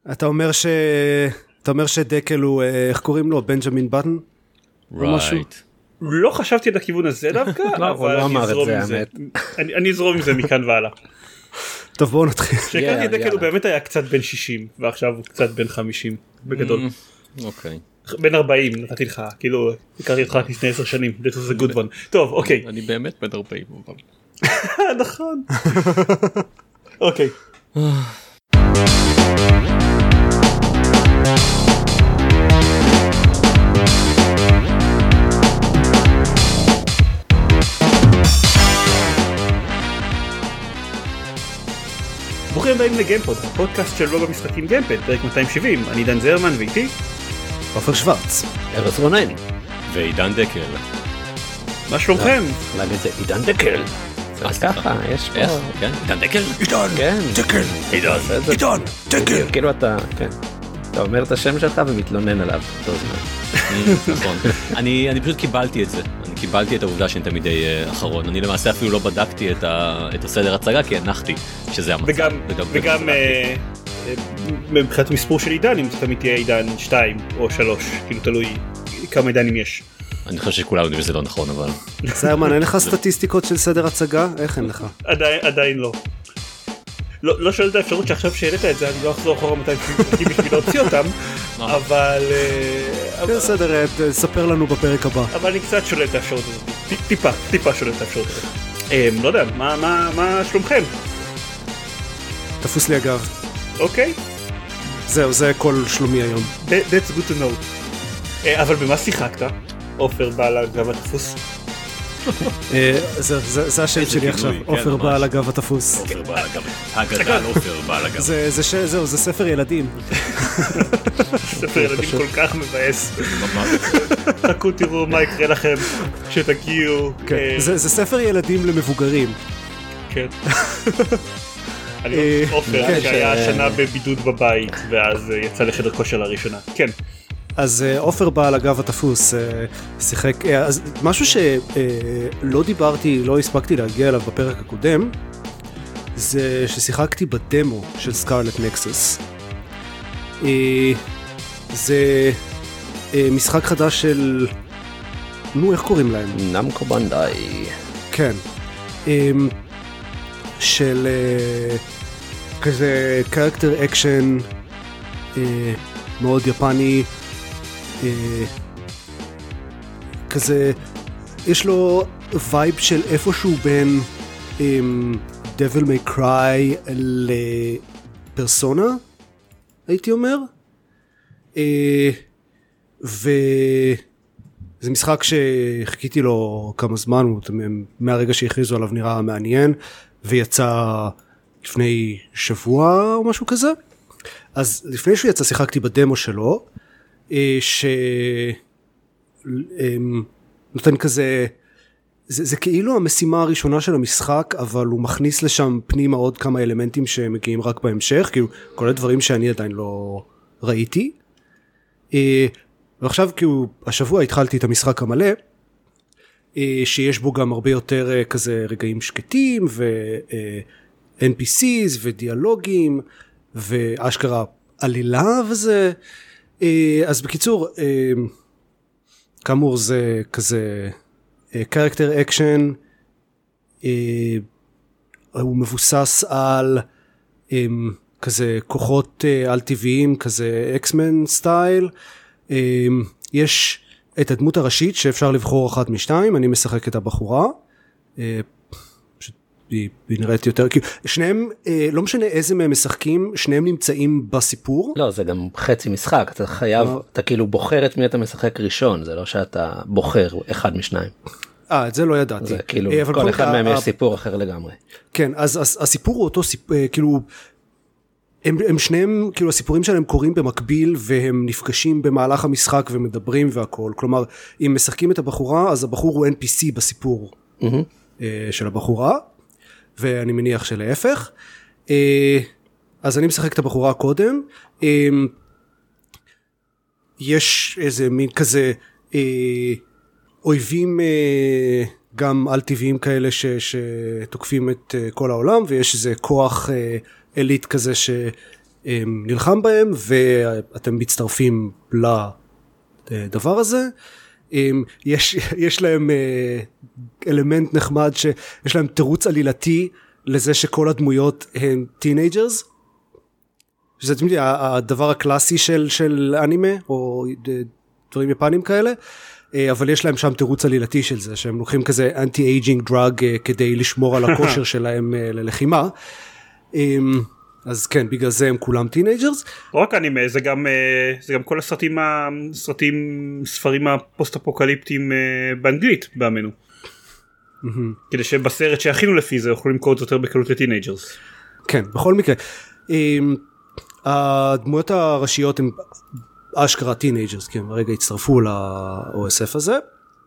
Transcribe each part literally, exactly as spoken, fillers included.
אתה אומר ש... אתה אומר שדקל הוא, איך קוראים לו? בנג'מין בטן? רייט. לא חשבתי על הכיוון הזה דווקא, אבל אני אזרום עם זה. אני אזרום עם זה מכאן והלאה. טוב, בואו נתחיל. כשהכרתי את דקל הוא באמת היה קצת בן שישים, ועכשיו הוא קצת בן חמישים, בגדול. אוקיי. בן ארבעים, נתתי לך, כאילו, הכרתי אותך רק לפני עשר שנים, this is a good one. טוב, אוקיי. אני באמת בן ארבעים. נכון. אוקיי. ברוכים הבאים לגיימפוד, הפודקאסט של לוג המשחקים גיימפד, פרק מאתיים שבעים. אני דן זרמן ואיתי עופר שוורץ, ארז רונן ועידן דקל. מה שלומכם? להגיד את זה עידן דקל. אז ככה, יש פה... עידן דקל? עידן דקל, עידן דקל. כאילו אתה, כן. אתה אומר את השם שלך ומתלונן עליו אותו זמן. נכון. אני אני פשוט קיבלתי את זה. אני קיבלתי את העובדה שאני תמידי אחרון. אני למעשה אפילו לא בדקתי את הסדר הצגה כי הנחתי שזה המצב. וגם מבחינת מספור של עידן, אם תמיד תהיה עידן שתיים או שלוש, כאילו תלוי כמה עידנים יש. אני חושב שכולם יודעים שזה לא נכון, אבל... זרמן, אין לך סטטיסטיקות של סדר הצגה? איך אין לך? עדיין לא. לא שואל את האפשרות שעכשיו שהעלית את זה, אני לא אחזור אחורה מתי פרקים בשביל להוציא אותם, אבל... בסדר, ספר לנו בפרק הבא. אבל אני קצת שואל את האפשרות הזאת, טיפה, טיפה שואל את האפשרות הזאת. לא יודע, מה שלומכם? תפוס לי אגב. אוקיי. זהו, זה כל שלומי היום. That's good to know. אבל במה שיחקת? עופר בעל הגב התפוס. זה השם שלי עכשיו, עופר בעל הגב התפוס. עופר בעל הגב, הגדל עופר בעל הגב. זהו, זה ספר ילדים. ספר ילדים כל כך מבאס. חכו תראו מה יקרה לכם כשתגיעו. זה ספר ילדים למבוגרים. כן. עופר שהיה השנה בבידוד בבית ואז יצא לחדר כושר לראשונה. כן. אז עופר בעל הגב התפוס שיחק, אז משהו שלא דיברתי, לא הספקתי להגיע אליו בפרק הקודם, זה ששיחקתי בדמו של סקארלט נקסוס. זה משחק חדש של, נו איך קוראים להם? נמקו בנדאי. כן. של כזה קרקטר אקשן מאוד יפני, כזה יש לו וייב של איפשהו בין Devil May Cry לפרסונה, הייתי אומר. וזה משחק שחיכיתי לו כמה זמן, מהרגע שהכריזו עליו נראה מעניין, ויצא לפני שבוע או משהו כזה. אז לפני שהוא יצא שיחקתי בדמו שלו, שנותן כזה, זה, זה כאילו המשימה הראשונה של המשחק, אבל הוא מכניס לשם פנימה עוד כמה אלמנטים שמגיעים רק בהמשך, כאילו כל הדברים שאני עדיין לא ראיתי. ועכשיו כאילו השבוע התחלתי את המשחק המלא, שיש בו גם הרבה יותר כזה רגעים שקטים ו-אן פי סיז ודיאלוגים ואשכרה עלילה וזה. אז בקיצור, כאמור זה כזה קרקטר אקשן, הוא מבוסס על כזה כוחות על טבעיים, כזה אקסמן סטייל. יש את הדמות הראשית שאפשר לבחור אחת משתיים, אני משחק את הבחורה, היא נראית יותר, כאילו, שניהם, לא משנה איזה מהם משחקים, שניהם נמצאים בסיפור. לא, זה גם חצי משחק, אתה חייב, אתה כאילו בוחר את מי אתה משחק ראשון, זה לא שאתה בוחר אחד משניים. אה, את זה לא ידעתי. זה כאילו, כל אחד מהם יש סיפור אחר לגמרי. כן, אז הסיפור הוא אותו סיפור, כאילו, הם שניהם, כאילו הסיפורים שלהם קורים במקביל, והם נפגשים במהלך המשחק ומדברים והכל, כלומר, אם משחקים את הבחורה, אז הבחור הוא אן פי סי בסיפור של הבחורה, ואני מניח שלהפך. אז אני משחק את הבחורה קודם. יש איזה מין כזה אויבים גם על טבעיים כאלה שתוקפים את כל העולם, ויש איזה כוח אליט כזה נלחם בהם ואתם מצטרפים לדבר הזה. יש, יש להם אלמנט נחמד שיש להם תירוץ עלילתי לזה שכל הדמויות הן טינג'רס. שזה תמיד הדבר הקלאסי של, של אנימה או דברים יפנים כאלה. אבל יש להם שם תירוץ עלילתי של זה, שהם לוקחים כזה אנטי-אייג'ינג דרג כדי לשמור על הכושר שלהם ללחימה. אז כן, בגלל זה הם כולם טינג'רס. לא רק אנימה, זה גם, זה גם כל הסרטים, הסרטים, ספרים הפוסט-אפוקליפטיים באנגלית באמנו. כדי שבסרט שהכינו לפי זה יוכלו למכור את זה יותר בקלות לטינג'רס. כן, בכל מקרה. הדמויות הראשיות הן אשכרה טינג'רס, כי הם הרגע הצטרפו ל-או אס אף הזה.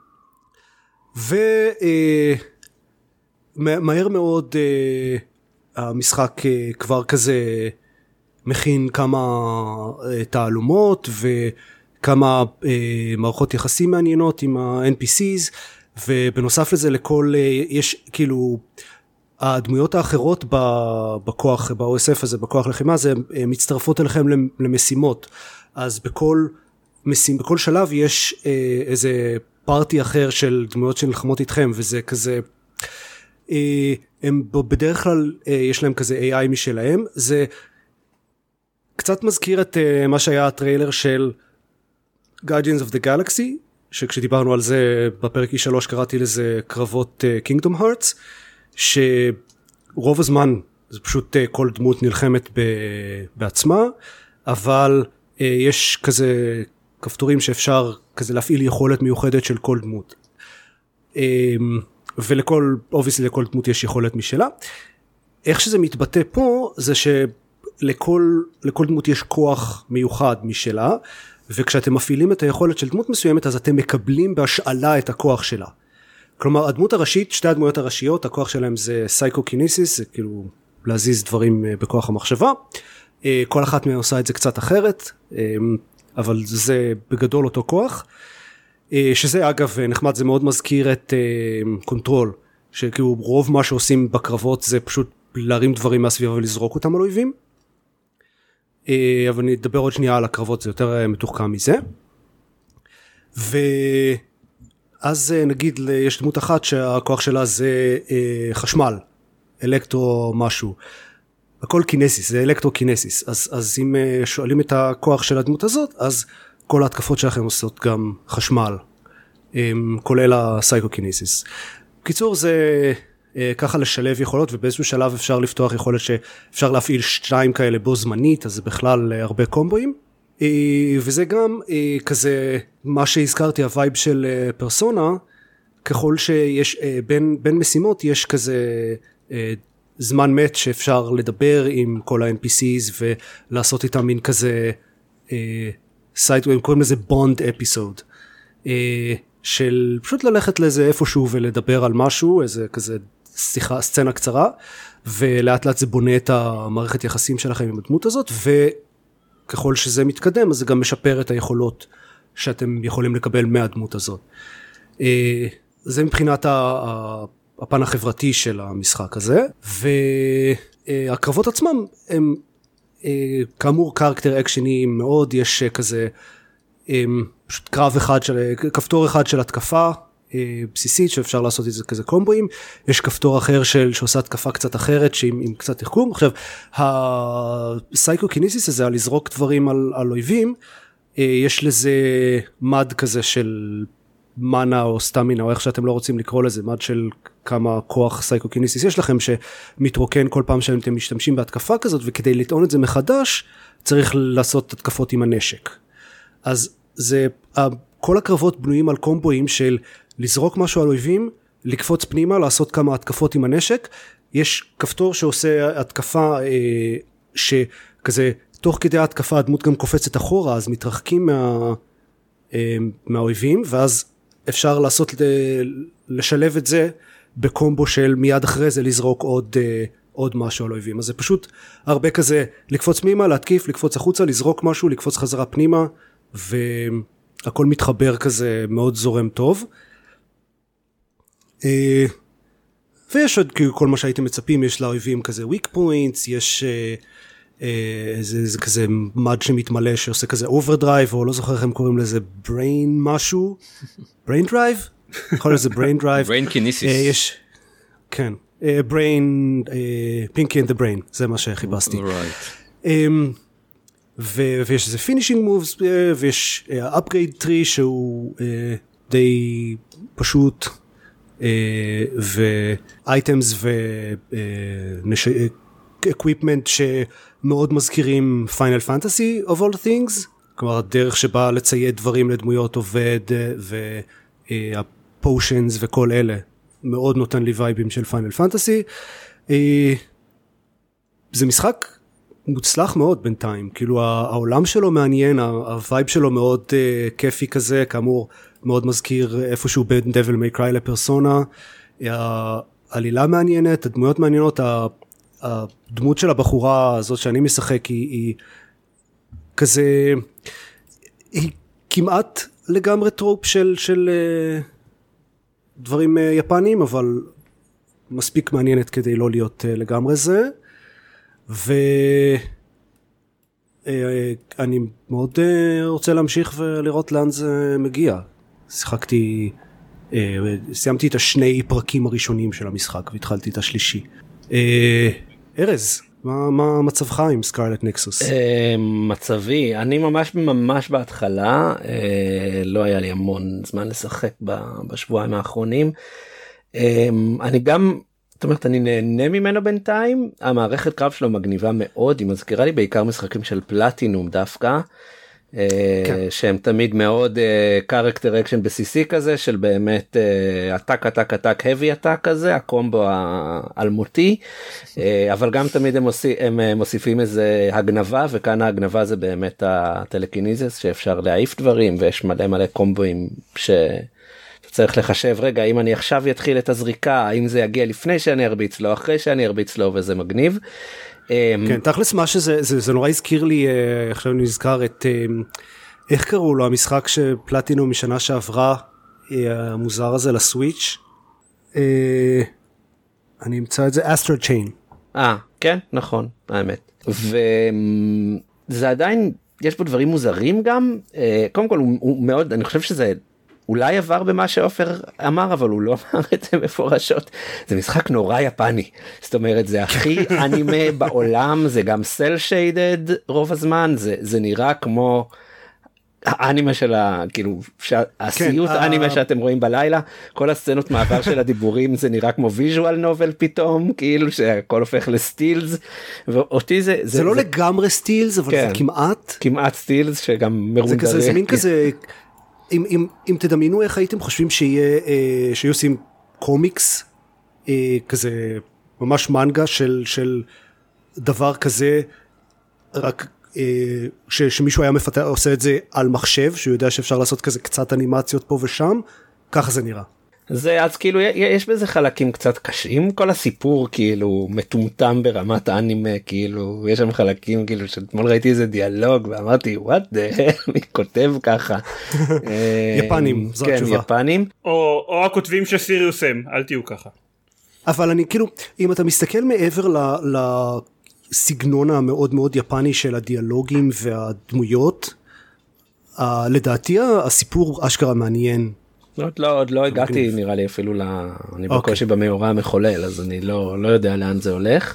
ומהר מאוד המשחק כבר כזה מכין כמה תעלומות וכמה מערכות יחסים מעניינות עם ה-אן פי סיז, ובנוסף לזה לכל, יש כאילו הדמויות האחרות בכוח, ב-או אס אף הזה, בכוח לחימה, זה מצטרפות אליכם למשימות. אז בכל משימה, בכל שלב יש איזה פארטי אחר של דמויות שנלחמות איתכם, וזה כזה, הם בדרך כלל יש להם כזה איי איי משלהם. זה קצת מזכיר את מה שהיה הטריילר של Guardians of the Galaxy, שכשדיברנו על זה בפרק שלוש קראתי לזה קרבות Kingdom Hearts, שרוב הזמן זה פשוט כל דמות נלחמת בעצמה, אבל יש כזה כפתורים שאפשר כזה להפעיל יכולת מיוחדת של כל דמות. ולכל, obviously לכל דמות יש יכולת משלה. איך שזה מתבטא פה, זה שלכל לכל דמות יש כוח מיוחד משלה, וכשאתם מפעילים את היכולת של דמות מסוימת, אז אתם מקבלים בהשאלה את הכוח שלה. כלומר, הדמות הראשית, שתי הדמויות הראשיות, הכוח שלהם זה סייקוקיניסיס, זה כאילו להזיז דברים בכוח המחשבה. כל אחת מהן עושה את זה קצת אחרת, אבל זה בגדול אותו כוח. שזה אגב נחמד, זה מאוד מזכיר את קונטרול, שכאילו רוב מה שעושים בקרבות זה פשוט להרים דברים מהסביבה ולזרוק אותם על אויבים. אבל אני אדבר עוד שנייה על הקרבות, זה יותר מתוחכם מזה. ואז נגיד יש דמות אחת שהכוח שלה זה חשמל, אלקטרו משהו. הכל קינסיס, זה אלקטרו-קינסיס. אז, אז אם שואלים את הכוח של הדמות הזאת, אז כל ההתקפות שלכם עושות גם חשמל, כולל הסייקו-קינסיס. בקיצור, זה ככה לשלב יכולות, ובאיזשהו שלב אפשר לפתוח יכולת שאפשר להפעיל שתיים כאלה בו זמנית, אז זה בכלל הרבה קומבואים. וזה גם כזה, מה שהזכרתי, הווייב של פרסונה, ככל שיש, בין, בין משימות יש כזה זמן מת שאפשר לדבר עם כל ה-אן פי סיז ולעשות איתם מין כזה סייט, הם קוראים לזה בונד אפיסוד, של פשוט ללכת לאיזה איפשהו ולדבר על משהו, איזה כזה שיחה, סצנה קצרה, ולאט לאט זה בונה את המערכת יחסים שלכם עם הדמות הזאת, וככל שזה מתקדם אז זה גם משפר את היכולות שאתם יכולים לקבל מהדמות הזאת. זה מבחינת ה... הפן החברתי של המשחק הזה, והקרבות עצמם הם כאמור קרקטר אקשניים מאוד, יש כזה פשוט קרב אחד של, כפתור אחד של התקפה בסיסית שאפשר לעשות את זה כזה קומבואים, יש כפתור אחר של שעושה התקפה קצת אחרת שעם עם קצת תחכום. עכשיו הסייקוקיניסיס הזה על לזרוק דברים על, על אויבים, יש לזה מד כזה של מנה או סטמינה או איך שאתם לא רוצים לקרוא לזה, מד של כמה כוח סייקוקיניסיס יש לכם שמתרוקן כל פעם שאתם משתמשים בהתקפה כזאת, וכדי לטעון את זה מחדש צריך לעשות התקפות עם הנשק. אז זה, כל הקרבות בנויים על קומבואים של לזרוק משהו על אויבים, לקפוץ פנימה, לעשות כמה התקפות עם הנשק. יש כפתור שעושה התקפה שכזה תוך כדי ההתקפה הדמות גם קופצת אחורה, אז מתרחקים מה, מהאויבים, ואז אפשר לעשות, לשלב את זה בקומבו של מיד אחרי זה לזרוק עוד, עוד משהו על אויבים. אז זה פשוט הרבה כזה לקפוץ פנימה, להתקיף, לקפוץ החוצה, לזרוק משהו, לקפוץ חזרה פנימה, והכל מתחבר כזה מאוד זורם טוב. ויש עוד כל מה שהייתם מצפים, יש לאויבים כזה weak points, יש זה, זה כזה מד שמתמלא שעושה כזה overdrive, או לא זוכר איך הם קוראים לזה, brain משהו, brain drive? יכול להיות זה brain drive. brain kinesis. יש, כן, brain, pinky and the brain, זה מה שחיפשתי. Right. ו- ויש איזה finishing moves, ויש upgrade tree שהוא די פשוט, ו-items ו-equipment שמאוד מזכירים Final Fantasy of all things, כלומר הדרך שבה לציית דברים לדמויות עובד, וה-potions וכל אלה, מאוד נותן לי וייבים של Final Fantasy. זה משחק מוצלח מאוד בינתיים, כאילו העולם שלו מעניין, הווייב שלו מאוד כיפי כזה, כאמור, מאוד מזכיר איפשהו בין Devil May Cry לפרסונה, העלילה מעניינת, הדמויות מעניינות, הדמות של הבחורה הזאת שאני משחק היא, היא כזה, היא כמעט לגמרי טרופ של, של דברים יפנים, אבל מספיק מעניינת כדי לא להיות לגמרי זה, ואני מאוד רוצה להמשיך ולראות לאן זה מגיע. שיחקתי, סיימתי את השני פרקים הראשונים של המשחק והתחלתי את השלישי. ארז, מה, מה מצבך עם סקרלט נקסוס? מצבי, אני ממש ממש בהתחלה, לא היה לי המון זמן לשחק בשבועיים האחרונים. אני גם, זאת אומרת, אני נהנה ממנו בינתיים, המערכת קרב שלו מגניבה מאוד, היא מזכירה לי בעיקר משחקים של פלטינום דווקא, שהם תמיד מאוד קארקטר אקשן בסיסי כזה, של באמת עתק עתק עתק heavy עתק כזה, הקומבו האלמותי, אבל גם תמיד הם, מוסיפ, הם מוסיפים איזה הגנבה, וכאן ההגנבה זה באמת הטלקיניזיס, שאפשר להעיף דברים, ויש מלא מלא קומבוים ש... צריך לחשב, רגע, אם אני עכשיו יתחיל את הזריקה, האם זה יגיע לפני שאני ארביץ לו, אחרי שאני ארביץ לו, וזה מגניב. כן, תכלס מה שזה, זה, זה נורא הזכיר לי, עכשיו אני נזכר את, איך קראו לו, המשחק שפלטינום משנה שעברה, המוזר הזה לסוויץ', אני אמצא את זה, אסטרה צ'יין. אה, כן, נכון, האמת. וזה עדיין, יש פה דברים מוזרים גם, קודם כל הוא, הוא מאוד, אני חושב שזה, אולי עבר במה שאופר אמר, אבל הוא לא אמר את זה מפורשות. זה משחק נורא יפני. זאת אומרת, זה הכי אנימה בעולם, זה גם סל שיידד רוב הזמן, זה, זה נראה כמו האנימה של ה... כאילו, הסיוט כן, האנימה ה... שאתם רואים בלילה, כל הסצנות מעבר של הדיבורים, זה נראה כמו ויז'ואל נובל פתאום, כאילו שהכל הופך לסטילס, ואותי זה... זה, זה לא זה... לגמרי סטילס, אבל כן, זה כמעט... כמעט סטילס, שגם מרונדרים. זה כזה, זה מין כזה... אם, אם, אם תדמיינו איך הייתם חושבים שיהיה, אה, שיהיו עושים קומיקס, אה, כזה ממש מנגה של, של דבר כזה, רק אה, ש, שמישהו היה מפתח, עושה את זה על מחשב, שהוא יודע שאפשר לעשות כזה קצת אנימציות פה ושם, ככה זה נראה. זה אז כאילו יש בזה חלקים קצת קשים, כל הסיפור כאילו מטומטם ברמת האנימה, כאילו יש שם חלקים כאילו שאתמול ראיתי איזה דיאלוג ואמרתי what the hell, מי כותב ככה. יפנים, זו התשובה. כן, יפנים. או, או הכותבים של סיריוס הם, אל תהיו ככה. אבל אני כאילו, אם אתה מסתכל מעבר ל, לסגנון המאוד מאוד יפני של הדיאלוגים והדמויות, לדעתי הסיפור אשכרה מעניין. עוד לא, עוד לא הגעתי נראה לי אפילו ל... אני בקושי במאורע המחולל, אז אני לא, לא יודע לאן זה הולך.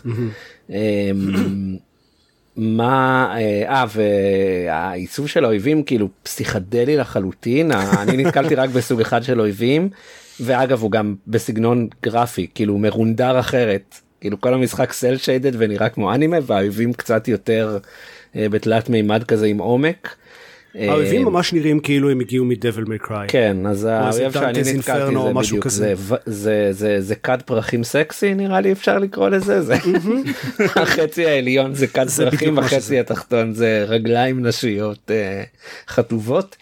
מה, אה, והעיצוב של האויבים כאילו פסיכדלי לחלוטין, אני נתקלתי רק בסוג אחד של אויבים, ואגב הוא גם בסגנון גרפי, כאילו מרונדר אחרת, כאילו כל המשחק סל שיידד ונראה כמו אנימה, והאויבים קצת יותר בתלת מימד כזה עם עומק. האויבים ממש נראים כאילו הם הגיעו מדבל מיי קריי. כן, אז האויב שאני נתקלתי זה בדיוק, זה כד פרחים סקסי נראה לי אפשר לקרוא לזה, זה החצי העליון זה כד פרחים, החצי התחתון זה רגליים נשיות חטובות,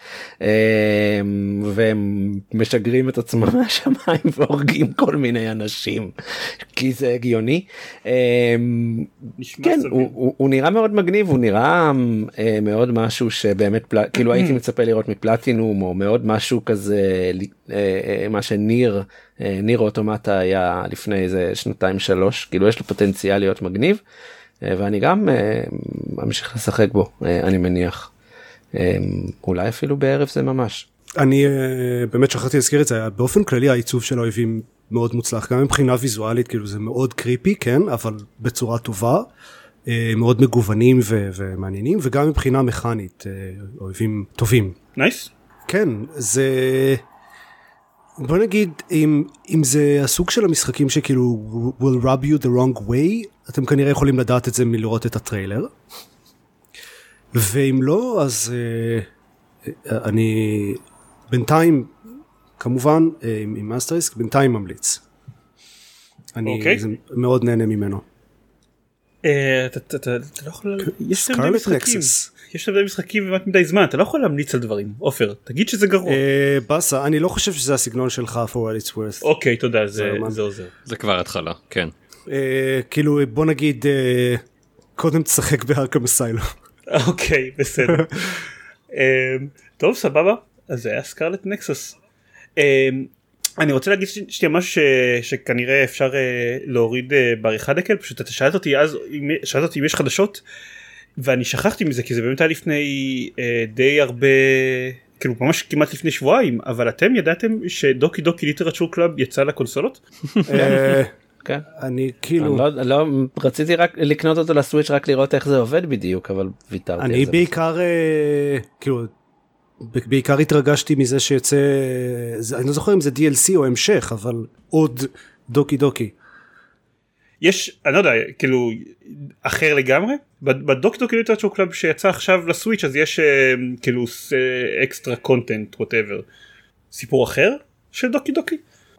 והם משגרים את עצמם מהשמיים והורגים כל מיני אנשים, כי זה הגיוני. כן, הוא נראה מאוד מגניב, הוא נראה מאוד משהו שבאמת כאילו הייתי מצפה לראות מפלטינום, או מאוד משהו כזה, מה שניר, ניר אוטומטה היה לפני איזה שנתיים שלוש, כאילו יש לו פוטנציאל להיות מגניב, ואני גם ממשיך לשחק בו, אני מניח. אולי אפילו בערב זה ממש. אני באמת שכחתי להזכיר את זה, באופן כללי העיצוב של האויבים מאוד מוצלח, גם מבחינה ויזואלית, כאילו זה מאוד קריפי, כן, אבל בצורה טובה, מאוד מגוונים ו- ומעניינים, וגם מבחינה מכנית, אויבים טובים. נייס. כן, זה... בוא נגיד, אם, אם זה הסוג של המשחקים שכאילו will rub you the wrong way, אתם כנראה יכולים לדעת את זה מלראות את הטריילר. ואם לא, אז uh, אני בינתיים, כמובן, uh, עם מאסטריסק, בינתיים ממליץ. אני אוקיי. מאוד נהנה ממנו. אתה לא יכול... יש להם די משחקים. יש להם די משחקים ומעט מדי זמן, אתה לא יכול להמליץ על דברים. עופר, תגיד שזה גרוע. בסה, אני לא חושב שזה הסגנון שלך for what it's worth. אוקיי, תודה, זה עוזר. זה כבר התחלה, כן. כאילו, בוא נגיד, קודם תשחק בארקם אסיילום. אוקיי, בסדר. טוב, סבבה. אז זה היה סקרלט נקסוס. אני רוצה להגיד שתהיה משהו שכנראה אפשר להוריד בעריכה דקל, פשוט אתה שאלת אותי אז, שאלת אותי אם יש חדשות, ואני שכחתי מזה, כי זה באמת היה לפני די הרבה, כאילו ממש כמעט לפני שבועיים, אבל אתם ידעתם שדוקי דוקי ליטרצ'ור קלאב יצא לקונסולות? כן. אני כאילו... לא, רציתי רק לקנות אותו לסוויץ' רק לראות איך זה עובד בדיוק, אבל ויתרתי על זה. אני בעיקר, כאילו... בעיקר התרגשתי מזה שיוצא, אני לא זוכר אם זה די אל סי או המשך, אבל עוד דוקי דוקי. יש, אני לא יודע, כאילו, אחר לגמרי, בדוקי דוקי ליטרצ'ור קלאב שיצא עכשיו לסוויץ' אז יש כאילו אקסטרה קונטנט, whatever. סיפור אחר של דוקי דוקי?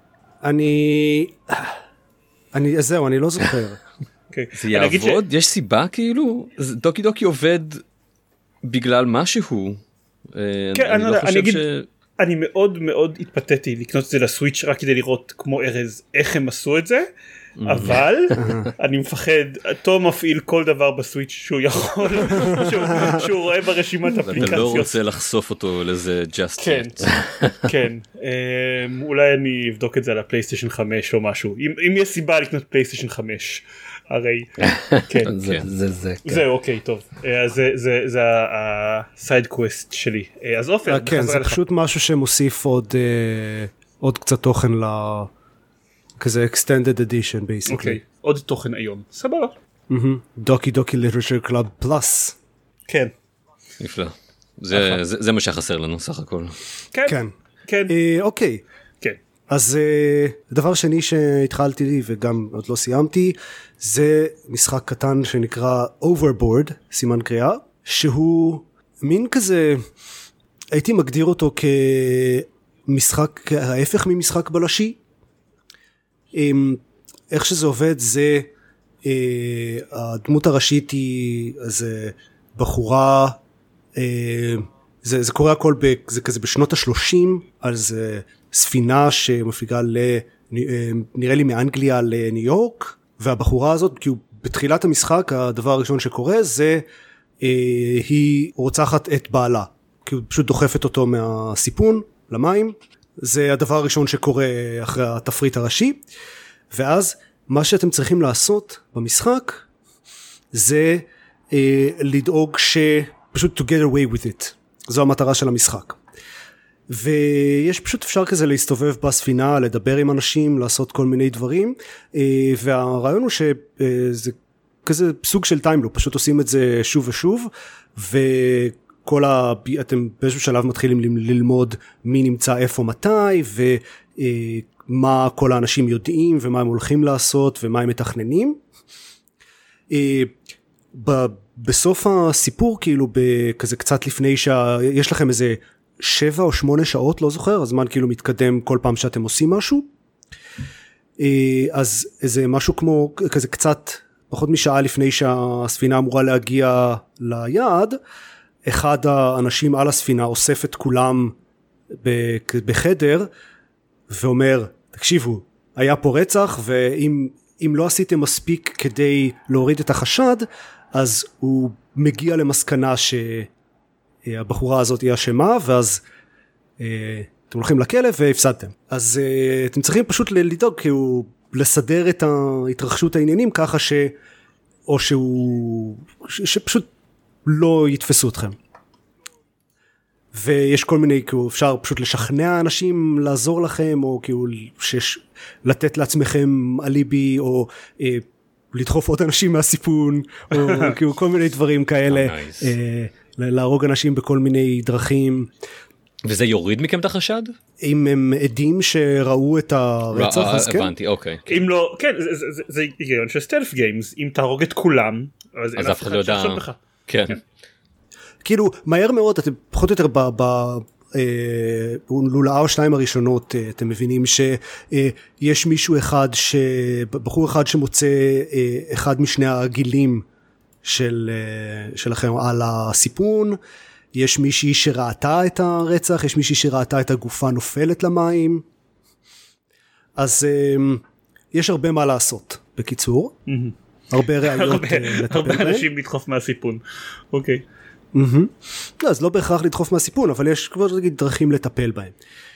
אני, אני, זהו, אני לא זוכר. זה יעבוד? יש סיבה כאילו? דוקי דוקי עובד בגלל משהו? כן, אני, אני, אני אגיד, אני מאוד מאוד התפתיתי לקנות את זה לסוויץ' רק כדי לראות כמו ארז איך הם עשו את זה, אבל אני מפחד, תום מפעיל כל דבר בסוויץ' שהוא יכול, שהוא, שהוא רואה ברשימת אפליקציות. אתה לא רוצה לחשוף אותו לזה just כן, yet. כן, אולי אני אבדוק את זה על הפלייסטיישן חמש או משהו, אם, אם יש סיבה לקנות פלייסטיישן חמש. הרי, כן, זה, זה, זה, כן. זה, אוקיי, טוב. זה, זה, זה הסייד קווסט שלי. אז אופן, כן, זה פשוט משהו שמוסיף עוד, עוד קצת תוכן ל... כזה extended edition, basically. אוקיי, עוד תוכן היום. סבבה. דוקי דוקי ליטרצ'ר קלאב פלאס. כן. נפלא. זה, זה, זה מה שחסר לנו, סך הכל. כן. כן. כן. אוקיי. כן. אז דבר שני שהתחלתי וגם עוד לא סיימתי, זה משחק קטן שנקרא Overboard, סימן קריאה, שהוא מין כזה, הייתי מגדיר אותו כמשחק, ההפך ממשחק בלשי. איך שזה עובד זה, הדמות הראשית היא איזה בחורה, זה, זה קורה הכל ב, זה כזה בשנות השלושים, על זה ספינה שמפליגה ל... נראה לי מאנגליה לניו יורק, והבחורה הזאת, כאילו בתחילת המשחק הדבר הראשון שקורה זה אה, היא רוצחת את בעלה, כאילו פשוט דוחפת אותו מהסיפון למים, זה הדבר הראשון שקורה אחרי התפריט הראשי, ואז מה שאתם צריכים לעשות במשחק זה אה, לדאוג שפשוט to get away with it, זו המטרה של המשחק. ויש פשוט אפשר כזה להסתובב בספינה, לדבר עם אנשים, לעשות כל מיני דברים, והרעיון הוא שזה כזה סוג של טיימלופ, פשוט עושים את זה שוב ושוב, וכל ה... אתם באיזשהו שלב מתחילים ללמוד מי נמצא איפה מתי, ומה כל האנשים יודעים, ומה הם הולכים לעשות, ומה הם מתכננים. בסוף הסיפור, כאילו, כזה קצת לפני שיש לכם איזה שבע או שמונה שעות, לא זוכר, הזמן כאילו מתקדם כל פעם שאתם עושים משהו, אז איזה משהו כמו, כזה קצת פחות משעה לפני שהספינה אמורה להגיע ליעד, אחד האנשים על הספינה אוסף את כולם בחדר, ואומר, תקשיבו, היה פה רצח, ואם אם לא עשיתם מספיק כדי להוריד את החשד, אז הוא מגיע למסקנה ש... הבחורה הזאת היא אשמה, ואז אה, אתם הולכים לכלא והפסדתם. אז אה, אתם צריכים פשוט לדאוג, כאילו, לסדר את התרחשות העניינים, ככה או שהוא, שפשוט לא יתפסו אתכם. ויש כל מיני, כאילו אפשר פשוט לשכנע אנשים לעזור לכם, או כאילו שיש, לתת לעצמכם אליבי, או אה, לדחוף עוד אנשים מהסיפון, או כאילו כל מיני דברים כאלה, nice. אה, להרוג אנשים בכל מיני דרכים. וזה יוריד מכם את החשד? אם הם עדים שראו את הרצח, לא, אז כן. הבנתי, אוקיי. אם לא, כן, זה- זה- זה- זה היגיון של סטלף גיימס, אם תהרוג את כולם, אז אין אז אף אחד לא יודע. שיחשוד בך. כן. כאילו, מהר מאוד, אתם פחות או יותר ב... ב אה, לולאה או שניים הראשונות, אה, אתם מבינים שיש מישהו אחד, ש... בחור אחד שמוצא אה, אחד משני הגילים של, אה, שלכם על הסיפון, יש מישהי שראתה את הרצח, יש מישהי שראתה את הגופה נופלת למים, אז אה, יש הרבה מה לעשות, בקיצור. הרבה ראיות הרבה- אה, לטפל הרבה בהם. אנשים לדחוף מהסיפון. אוקיי. מהמם. לא, אז לא בהכרח לדחוף מהסיפון, אבל יש כבר נגיד דרכים לטפל בהם.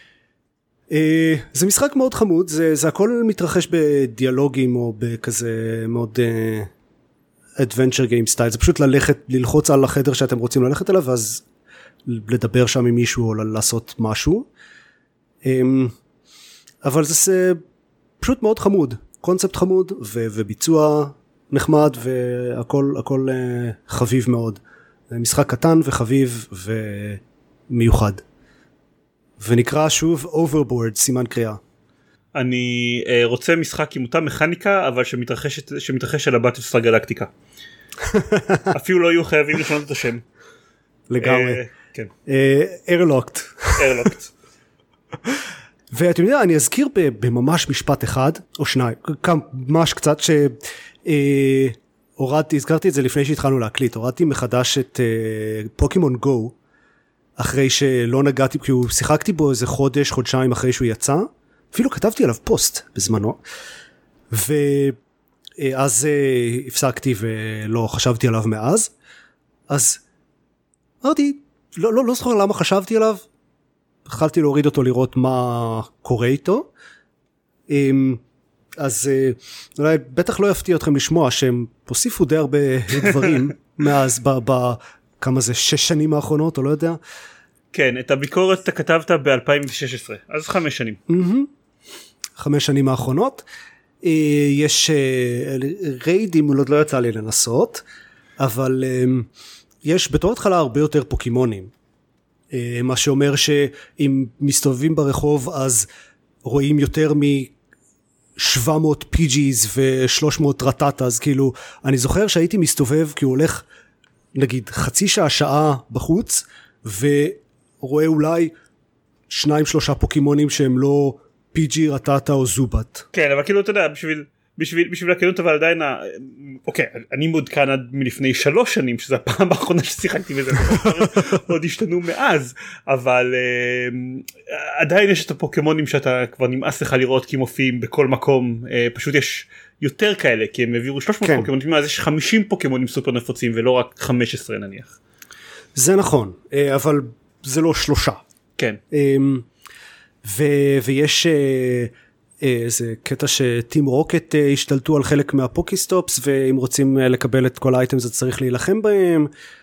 אה, זה משחק מאוד חמוד, זה, זה הכל מתרחש בדיאלוגים או בכזה מאוד אה, adventure game style, זה פשוט ללכת, ללחוץ על החדר שאתם רוצים ללכת אליו, ואז לדבר שם עם מישהו או לעשות משהו. אה, אבל זה, זה פשוט מאוד חמוד, קונספט חמוד ו, וביצוע נחמד והכל הכל אה, חביב מאוד. זה משחק קטן וחביב ומיוחד. ונקרא שוב Overboard, סימן קריאה. אני אה, רוצה משחק עם אותה מכניקה, אבל שמתרחשת- שמתרחש על הבטלסטאר גלקטיקה. אפילו לא יהיו חייבים לשנות את השם. לגמרי. אה, כן, איירלוקט. איירלוקט. ואתם יודעים, אני אזכיר ב- בממש משפט אחד, או שניים, כמה- ממש קצת, ש... אה, הורדתי, הזכרתי את זה לפני שהתחלנו להקליט, הורדתי מחדש את פוקימון uh, גו, אחרי שלא נגעתי, כי הוא שיחקתי בו איזה חודש, חודשיים אחרי שהוא יצא, אפילו כתבתי עליו פוסט בזמנו, ואז uh, הפסקתי ולא חשבתי עליו מאז, אז אמרתי, לא, לא, לא זוכר למה חשבתי עליו, התחלתי להוריד אותו לראות מה קורה איתו, um, אז אולי בטח לא יפתיע אתכם לשמוע שהם הוסיפו די הרבה דברים מאז בכמה זה שש שנים האחרונות או לא יודע. כן, את הביקורת אתה כתבת ב-אלפיים ושש עשרה, אז חמש שנים. חמש שנים האחרונות. יש ריידים, עוד לא יצא לי לנסות, אבל יש בתור התחלה הרבה יותר פוקימונים. מה שאומר שאם מסתובבים ברחוב אז רואים יותר מ... שבע מאות פי ג'יז ו-שלוש מאות רטטה, אז כאילו, אני זוכר שהייתי מסתובב, כי הוא הולך, נגיד, חצי שעה, שעה בחוץ, ורואה אולי שניים, שלושה פוקימונים שהם לא פי ג'י, רטטה או זובת. כן, אבל כאילו, אתה יודע, בשביל, בשביל, בשביל הכנות, אבל עדיין, ה- אוקיי, אני מעודכן עד מלפני שלוש שנים, שזו הפעם האחרונה ששיחקתי בזה, עוד השתנו מאז, אבל אה, עדיין יש את הפוקימונים שאתה כבר נמאס לך לראות כי מופיעים בכל מקום, אה, פשוט יש יותר כאלה, כי הם העבירו שלוש מאות כן. פוקימונים, אז יש חמישים פוקימונים סופר נפוצים, ולא רק חמש עשרה נניח. זה נכון, אבל זה לא שלושה. כן. ו- ויש איזה קטע שטים רוקט השתלטו על חלק מהפוקיסטופס, ואם רוצים לקבל את כל האייטמס אז צריך להילחם בהם,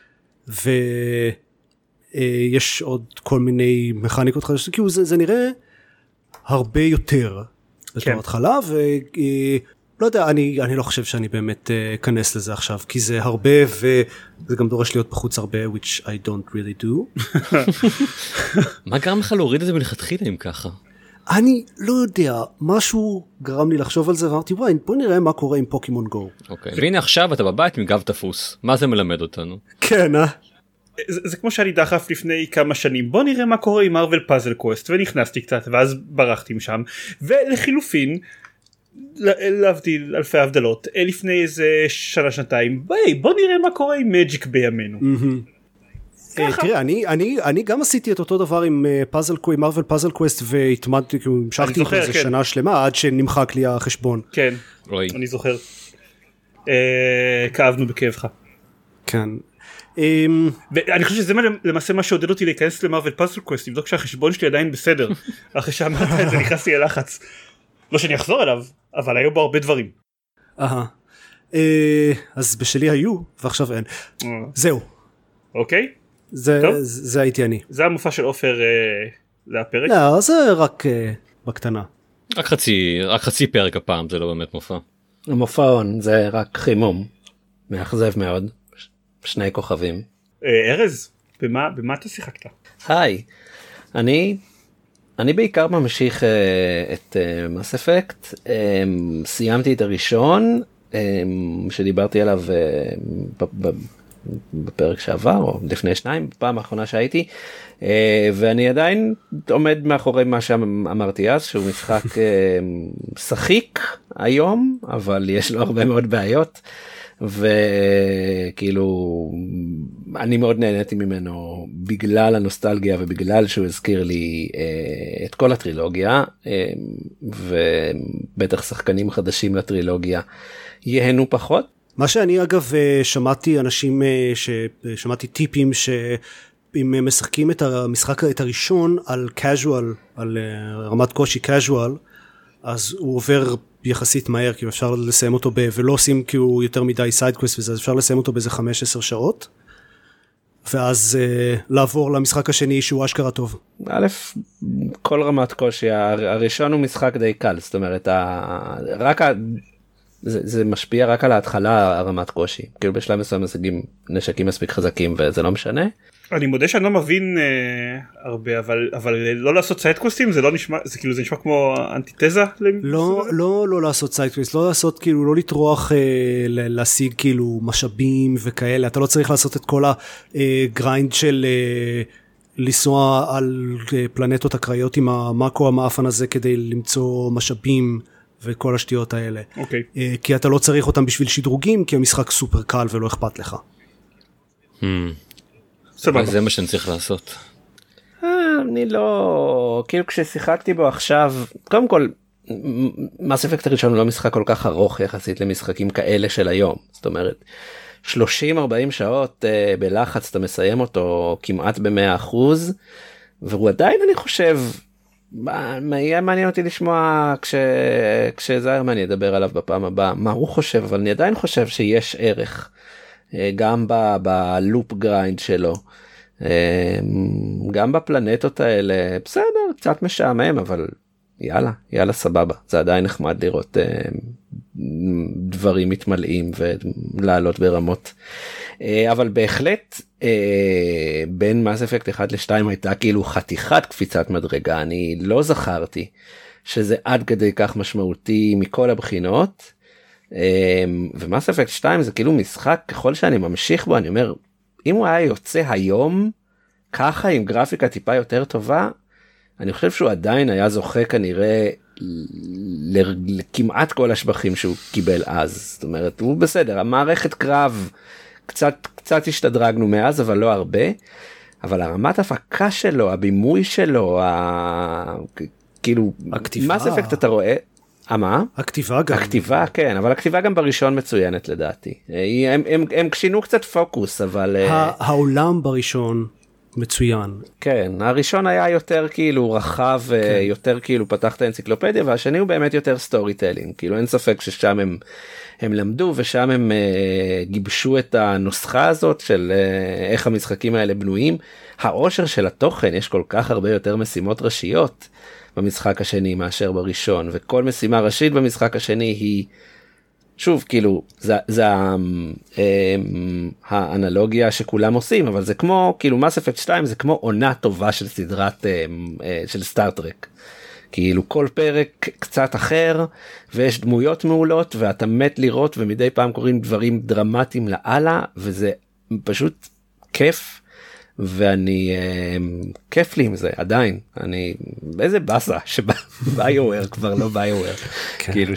ויש עוד כל מיני מכניקות חדשות, כאילו זה, זה נראה הרבה יותר בתור כן. התחלה, ולא יודע, אני, אני לא חושב שאני באמת אכנס לזה עכשיו, כי זה הרבה, וזה גם דורש להיות בחוץ הרבה, which I don't really do. מה גרם לך להוריד את זה מלכתחילה אם ככה? אני לא יודע, משהו גרם לי לחשוב על זה, ואמרתי, וואי, בוא נראה מה קורה עם פוקימון גו. אוקיי, והנה עכשיו אתה בבית עם גב תפוס, מה זה מלמד אותנו? כן, אה? זה, זה כמו שאני דחף לפני כמה שנים, בוא נראה מה קורה עם מרוול פאזל קווסט, ונכנסתי קצת, ואז ברחתי משם, ולחילופין, להבדיל אלפי הבדלות, לפני איזה שנה שנתיים, ביי, בוא נראה מה קורה עם מג'יק בימינו. ככה. תראה, אני, אני, אני גם עשיתי את אותו דבר עם פאזל, עם מרוול פאזל קווסט, והתמדתי, כאילו, המשכתי זוכר, איזה כן. שנה שלמה, עד שנמחק לי החשבון. כן, אוי. אני זוכר. אה, כאבנו בכאבך. כן. אמ, ואני חושב שזה למעשה מה שעודד אותי להיכנס למרוול פאזל קווסט, לבדוק שהחשבון שלי עדיין בסדר. אחרי שאמרת את זה נכנסתי ללחץ. לא שאני אחזור אליו, אבל היו בו הרבה דברים. אהה. אז בשלי היו, ועכשיו אין. זהו. אוקיי. זה הייתי אני. זה המופע של אופר להפרק? לא, זה רק בקטנה. רק חצי, רק חצי פרק הפעם, זה לא באמת מופע. המופעון זה רק חימום. מאכזב מאוד. שני כוכבים. ארז, במה, במה אתה שיחקת? היי, אני, אני בעיקר ממשיך uh, את מס uh, אפקט, um, סיימתי את הראשון, um, שדיברתי עליו uh, ב- ב- בפרק שעבר, או לפני שניים, בפעם האחרונה שהייתי, uh, ואני עדיין עומד מאחורי מה שאמרתי אז, שהוא משחק uh, שחיק היום, אבל יש לו הרבה מאוד בעיות. וכאילו אני מאוד נהניתי ממנו בגלל הנוסטלגיה ובגלל שהוא הזכיר לי אה, את כל הטרילוגיה, אה, ובטח שחקנים חדשים לטרילוגיה ייהנו פחות. מה שאני אגב שמעתי אנשים, שמעתי טיפים שאם משחקים את המשחק את הראשון על casual, על רמת קושי casual, אז הוא עובר יחסית מהר, כי אפשר לסיים אותו ב... ולא עושים כי הוא יותר מדי סיידקווסט וזה, אז אפשר לסיים אותו באיזה חמש עשר שעות, ואז uh, לעבור למשחק השני שהוא אשכרה טוב. א', כל רמת קושי, הראשון הוא משחק די קל, זאת אומרת, ה... רק ה... זה, זה משפיע רק על ההתחלה הרמת קושי, כאילו בשלב מסוים משיגים נשקים מספיק חזקים וזה לא משנה. אני מודה שאני לא מבין אה, הרבה, אבל, אבל לא לעשות סיידקווסטים זה לא נשמע, זה כאילו זה נשמע כמו אנטיתזה? לא, לא, לא לעשות סיידקווסט, לא לעשות כאילו, לא לטרוח אה, להשיג כאילו משאבים וכאלה, אתה לא צריך לעשות את כל הגריינד של אה, לנסוע על אה, פלנטות אקראיות עם המאקו המאפן הזה כדי למצוא משאבים וכל השטויות האלה. אוקיי. אה, כי אתה לא צריך אותם בשביל שדרוגים, כי המשחק סופר קל ולא אכפת לך. Hmm. זה מה שאני צריך לעשות. אני לא, כאילו כששיחקתי בו עכשיו, קודם כל, מס אפקט הראשון הוא לא משחק כל כך ארוך יחסית למשחקים כאלה של היום. זאת אומרת, שלושים ארבעים שעות uh, בלחץ אתה מסיים אותו כמעט ב-מאה אחוז, והוא עדיין אני חושב, מה יהיה מעניין אותי לשמוע כש, כשזיירמן ידבר עליו בפעם הבאה, מה הוא חושב, אבל אני עדיין חושב שיש ערך. גם בלופ גריינד שלו, גם בפלנטות האלה, בסדר, קצת משעמם, אבל יאללה, יאללה סבבה, זה עדיין נחמד לראות דברים מתמלאים ולעלות ברמות, אבל בהחלט בין מס אפקט אחד לשתיים הייתה כאילו חתיכת קפיצת מדרגה, אני לא זכרתי שזה עד כדי כך משמעותי מכל הבחינות, ומס אפקט שתיים זה כאילו משחק, ככל שאני ממשיך בו אני אומר, אם הוא היה יוצא היום ככה עם גרפיקה טיפה יותר טובה, אני חושב שהוא עדיין היה זוכה כנראה לכמעט כל השבחים שהוא קיבל אז. זאת אומרת, הוא בסדר, המערכת קרב קצת קצת השתדרגנו מאז, אבל לא הרבה, אבל הרמת הפקה שלו, הבימוי שלו, ה... כאילו מס אפקט אתה רואה, מה? הכתיבה גם. הכתיבה, כן, אבל הכתיבה גם בראשון מצוינת לדעתי. הם, הם, הם שינו קצת פוקוס, אבל... העולם בראשון מצוין. כן, הראשון היה יותר כאילו רחב, כן. יותר כאילו פתח את האנציקלופדיה, והשני הוא באמת יותר סטורי טלינג. כאילו אין ספק ששם הם, הם למדו, ושם הם uh, גיבשו את הנוסחה הזאת של uh, איך המשחקים האלה בנויים. העושר של התוכן, יש כל כך הרבה יותר משימות ראשיות במשחק השני מאשר בראשון, וכל משימה ראשית במשחק השני היא, שוב, כאילו, זה, זה אה, אה, האנלוגיה שכולם עושים, אבל זה כמו, כאילו, מס אפקט שתיים זה כמו עונה טובה של סדרת, אה, אה, של סטארטרק. כאילו, כל פרק קצת אחר, ויש דמויות מעולות, ואתה מת לראות, ומדי פעם קוראים דברים דרמטיים לאללה, וזה פשוט כיף. ואני כיף לי עם זה עדיין, אני באיזה באסה שביואר כבר לא ביואר, כאילו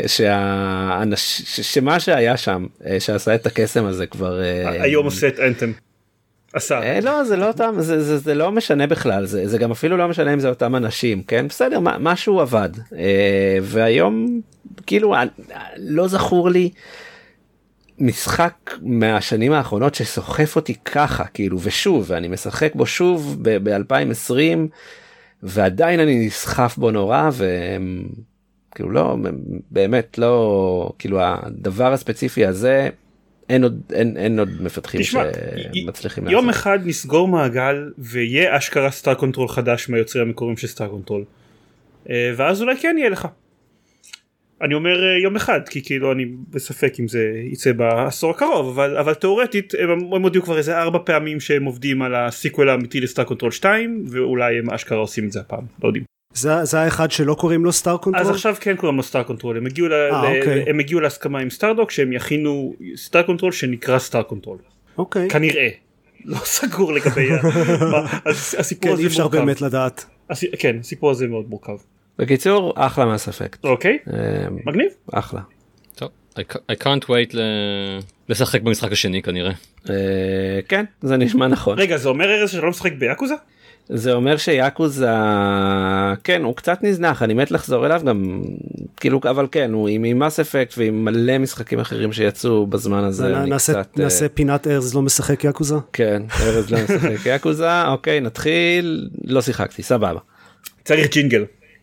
שמה שהיה שם שעשה את הקסם הזה כבר היום עושה את אנתם. עשה. לא, זה לא אותם, זה לא משנה בכלל, זה גם אפילו לא משנה אם זה אותם אנשים, כן, בסדר, משהו עבד, והיום כאילו לא זכור לי משחק מהשנים האחרונות שסוחף אותי ככה, כאילו, ושוב, ואני משחק בו שוב ב-אלפיים עשרים, ועדיין אני נסחף בו נורא, כאילו לא, באמת לא, כאילו הדבר הספציפי הזה, אין עוד, אין, אין עוד מפתחים תשמע, שמצליחים לעשות. יום אחד נסגור מעגל ויהיה אשכרה סטאר קונטרול חדש מהיוצרים המקוריים של סטאר קונטרול. ואז אולי כן יהיה לך. אני אומר יום אחד, כי כאילו אני בספק אם זה יצא בעשור הקרוב, אבל, אבל תיאורטית הם הודיעו כבר איזה ארבע פעמים שהם עובדים על הסיקוול האמיתי לסטאר קונטרול שתיים, ואולי הם אשכרה עושים את זה הפעם, לא יודעים. זה, זה האחד שלא קוראים לו סטאר קונטרול? אז עכשיו כן קוראים לו סטאר קונטרול, הם הגיעו, 아, ל... אוקיי. הם הגיעו להסכמה עם סטארדוק שהם יכינו סטאר קונטרול שנקרא סטאר קונטרול. אוקיי. כנראה. לא סגור לגבי הסיפור כן, הזה אי אפשר מורכב. באמת לדעת. הס... כן, הסיפור הזה מאוד מורכב. בקיצור, אחלה מס אפקט. אוקיי, מגניב. אחלה. טוב, I can't wait לשחק במשחק השני כנראה. כן, זה נשמע נכון. רגע, זה אומר ארז שלא משחק ביאקוזה? זה אומר שיאקוזה, כן, הוא קצת נזנח, אני מת לחזור אליו גם, כאילו, אבל כן, הוא עם מס אפקט ועם מלא משחקים אחרים שיצאו בזמן הזה. נעשה פינת ארז לא משחק יאקוזה? כן, ארז לא משחק יאקוזה, אוקיי, נתחיל, לא שיחקתי, סבבה. צריך ג'ינגל.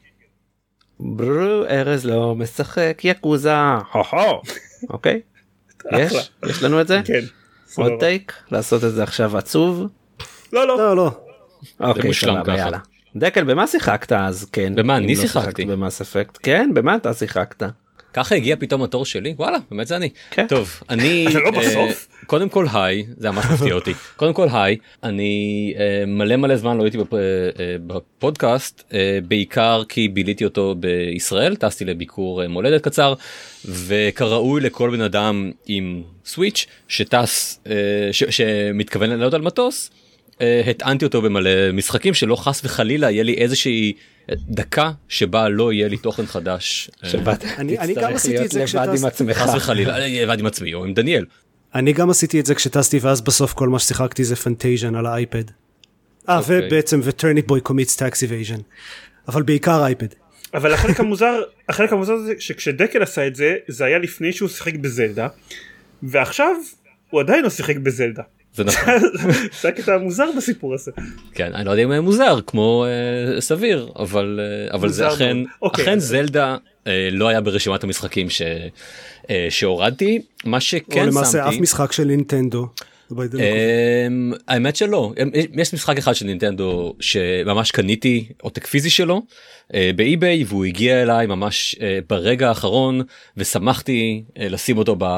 ברו, ארז לא משחק יאקוזה, הו-הו, אוקיי? יש? יש לנו את זה? כן. עוד טייק? לעשות את זה עכשיו עצוב? לא, לא. לא, לא. אוקיי, סבבה, יאללה. דקל, במה שיחקת אז? כן. במה אני שיחקתי? במס אפקט. כן, במה אתה שיחקת? ככה הגיע פתאום התור שלי? וואלה, באמת זה אני. כן. טוב, אני... אתה לא בסוף? קודם כל היי, זה ממש מפתיע אותי. קודם כל היי, אני מלא מלא זמן לא הייתי בפודקאסט, בעיקר כי ביליתי אותו בישראל, טסתי לביקור מולדת קצר, וכראוי לכל בן אדם עם סוויץ' שטס, שמתכוון לעלות על מטוס, הטענתי אותו במלא משחקים שלא חס וחלילה יהיה לי איזושהי דקה שבה לא יהיה לי תוכן חדש. אני גם עשיתי את זה כשטסתי. חס וחלילה, לבד עם עצמי או עם דניאל. אני גם עשיתי את זה כשטסתי, ואז בסוף כל מה ששיחקתי זה פנטייז'ן על האייפד. אה, ובעצם ו-Turnip Boy commits tax evasion. אבל בעיקר אייפד. אבל החלק המוזר, החלק המוזר זה שכשדקל עשה את זה, זה היה לפני שהוא שיחק בזלדה, ועכשיו הוא עדיין לא שיחק בזלדה. זה נכון. זה הקטע המוזר בסיפור הזה. כן, אני לא יודע אם הוא מוזר, כמו סביר, אבל זה אכן, אכן זלדה לא היה ברשימת המשחקים שהורדתי, מה שכן שמתי... או למעשה אף משחק של נינטנדו. האמת שלא, יש משחק אחד של נינטנדו שממש קניתי עותק פיזי שלו באי-ביי, והוא הגיע אליי ממש ברגע האחרון, ושמחתי לשים אותו ב...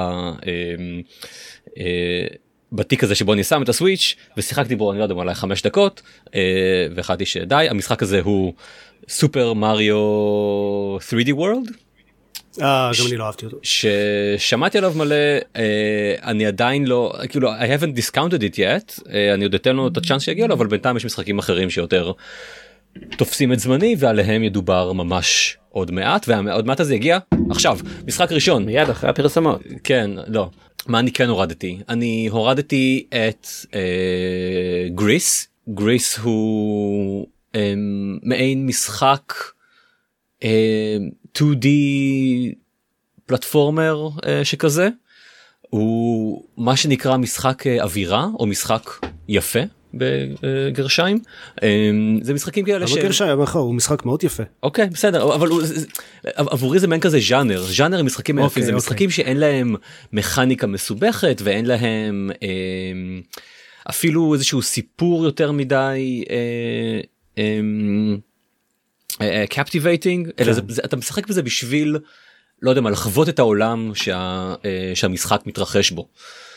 בתיק הזה שבו אני שם את הסוויץ' ושיחקתי בו, אני לא יודע, אולי חמש דקות, והחלטתי שדי. המשחק הזה הוא סופר מריו תרי די וורלד. אה, גם אני לא אהבתי אותו. ששמעתי עליו מלא, אני עדיין לא, כאילו, I haven't discounted it yet, אני עוד אתן לו את הצ'אנס שיגיע לו, אבל בינתיים יש משחקים אחרים שיותר תופסים את זמני, ועליהם ידובר ממש עוד מעט, ועוד מעט הזה יגיע עכשיו, משחק ראשון. מיד אחרי הפרסמות. כן, לא. מה אני כן הורדתי? אני הורדתי את גריס. גריס הוא אה, מעין משחק אה, טו די פלטפורמר אה, שכזה. הוא מה שנקרא משחק אה, אווירה או משחק יפה בגרשיים. אה, זה משחקים כאלה ש... אבל גרשיים, הוא משחק מאוד יפה. אוקיי, בסדר, אבל הוא, עבורי זה מעין כזה ז'אנר, ז'אנר משחקים יפים, זה משחקים שאין להם מכניקה מסובכת, ואין להם אה, אפילו איזשהו סיפור יותר מדי captivating, אלא אתה משחק בזה בשביל, לא יודע מה, לחוות את העולם שהמשחק מתרחש בו.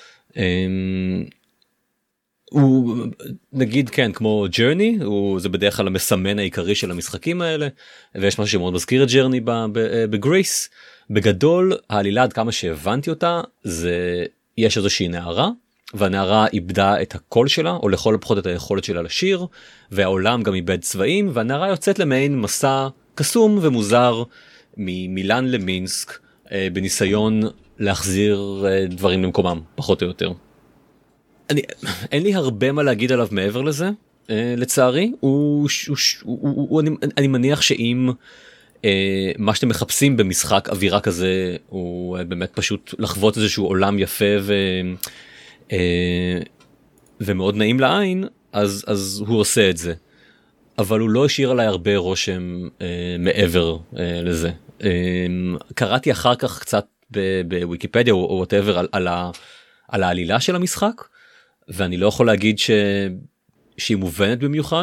הוא נגיד כן כמו ג'רני, זה בדרך כלל המסמן העיקרי של המשחקים האלה, ויש משהו שמאוד מזכיר את ג'רני בגריס. בגדול העלילה עד כמה שהבנתי אותה, זה יש איזושהי נערה, והנערה איבדה את הקול שלה, או לכל הפחות את היכולת שלה לשיר, והעולם גם איבד צבעים, והנערה יוצאת למעין מסע קסום ומוזר ממילאן למינסק, בניסיון להחזיר דברים למקומם, פחות או יותר. אני, אין לי הרבה מה להגיד עליו מעבר לזה, uh, לצערי. הוא, הוא, הוא, הוא, הוא, אני, אני מניח שאם uh, מה שאתם מחפשים במשחק אווירה כזה, הוא uh, באמת פשוט לחוות איזשהו עולם יפה ו, uh, ומאוד נעים לעין, אז, אז הוא עושה את זה. אבל הוא לא השאיר עליי הרבה רושם uh, מעבר uh, לזה. קראתי אחר כך קצת בוויקיפדיה או whatever על, על, ה, על העלילה של המשחק, ואני לא יכול להגיד ש, שהיא מובנת במיוחד.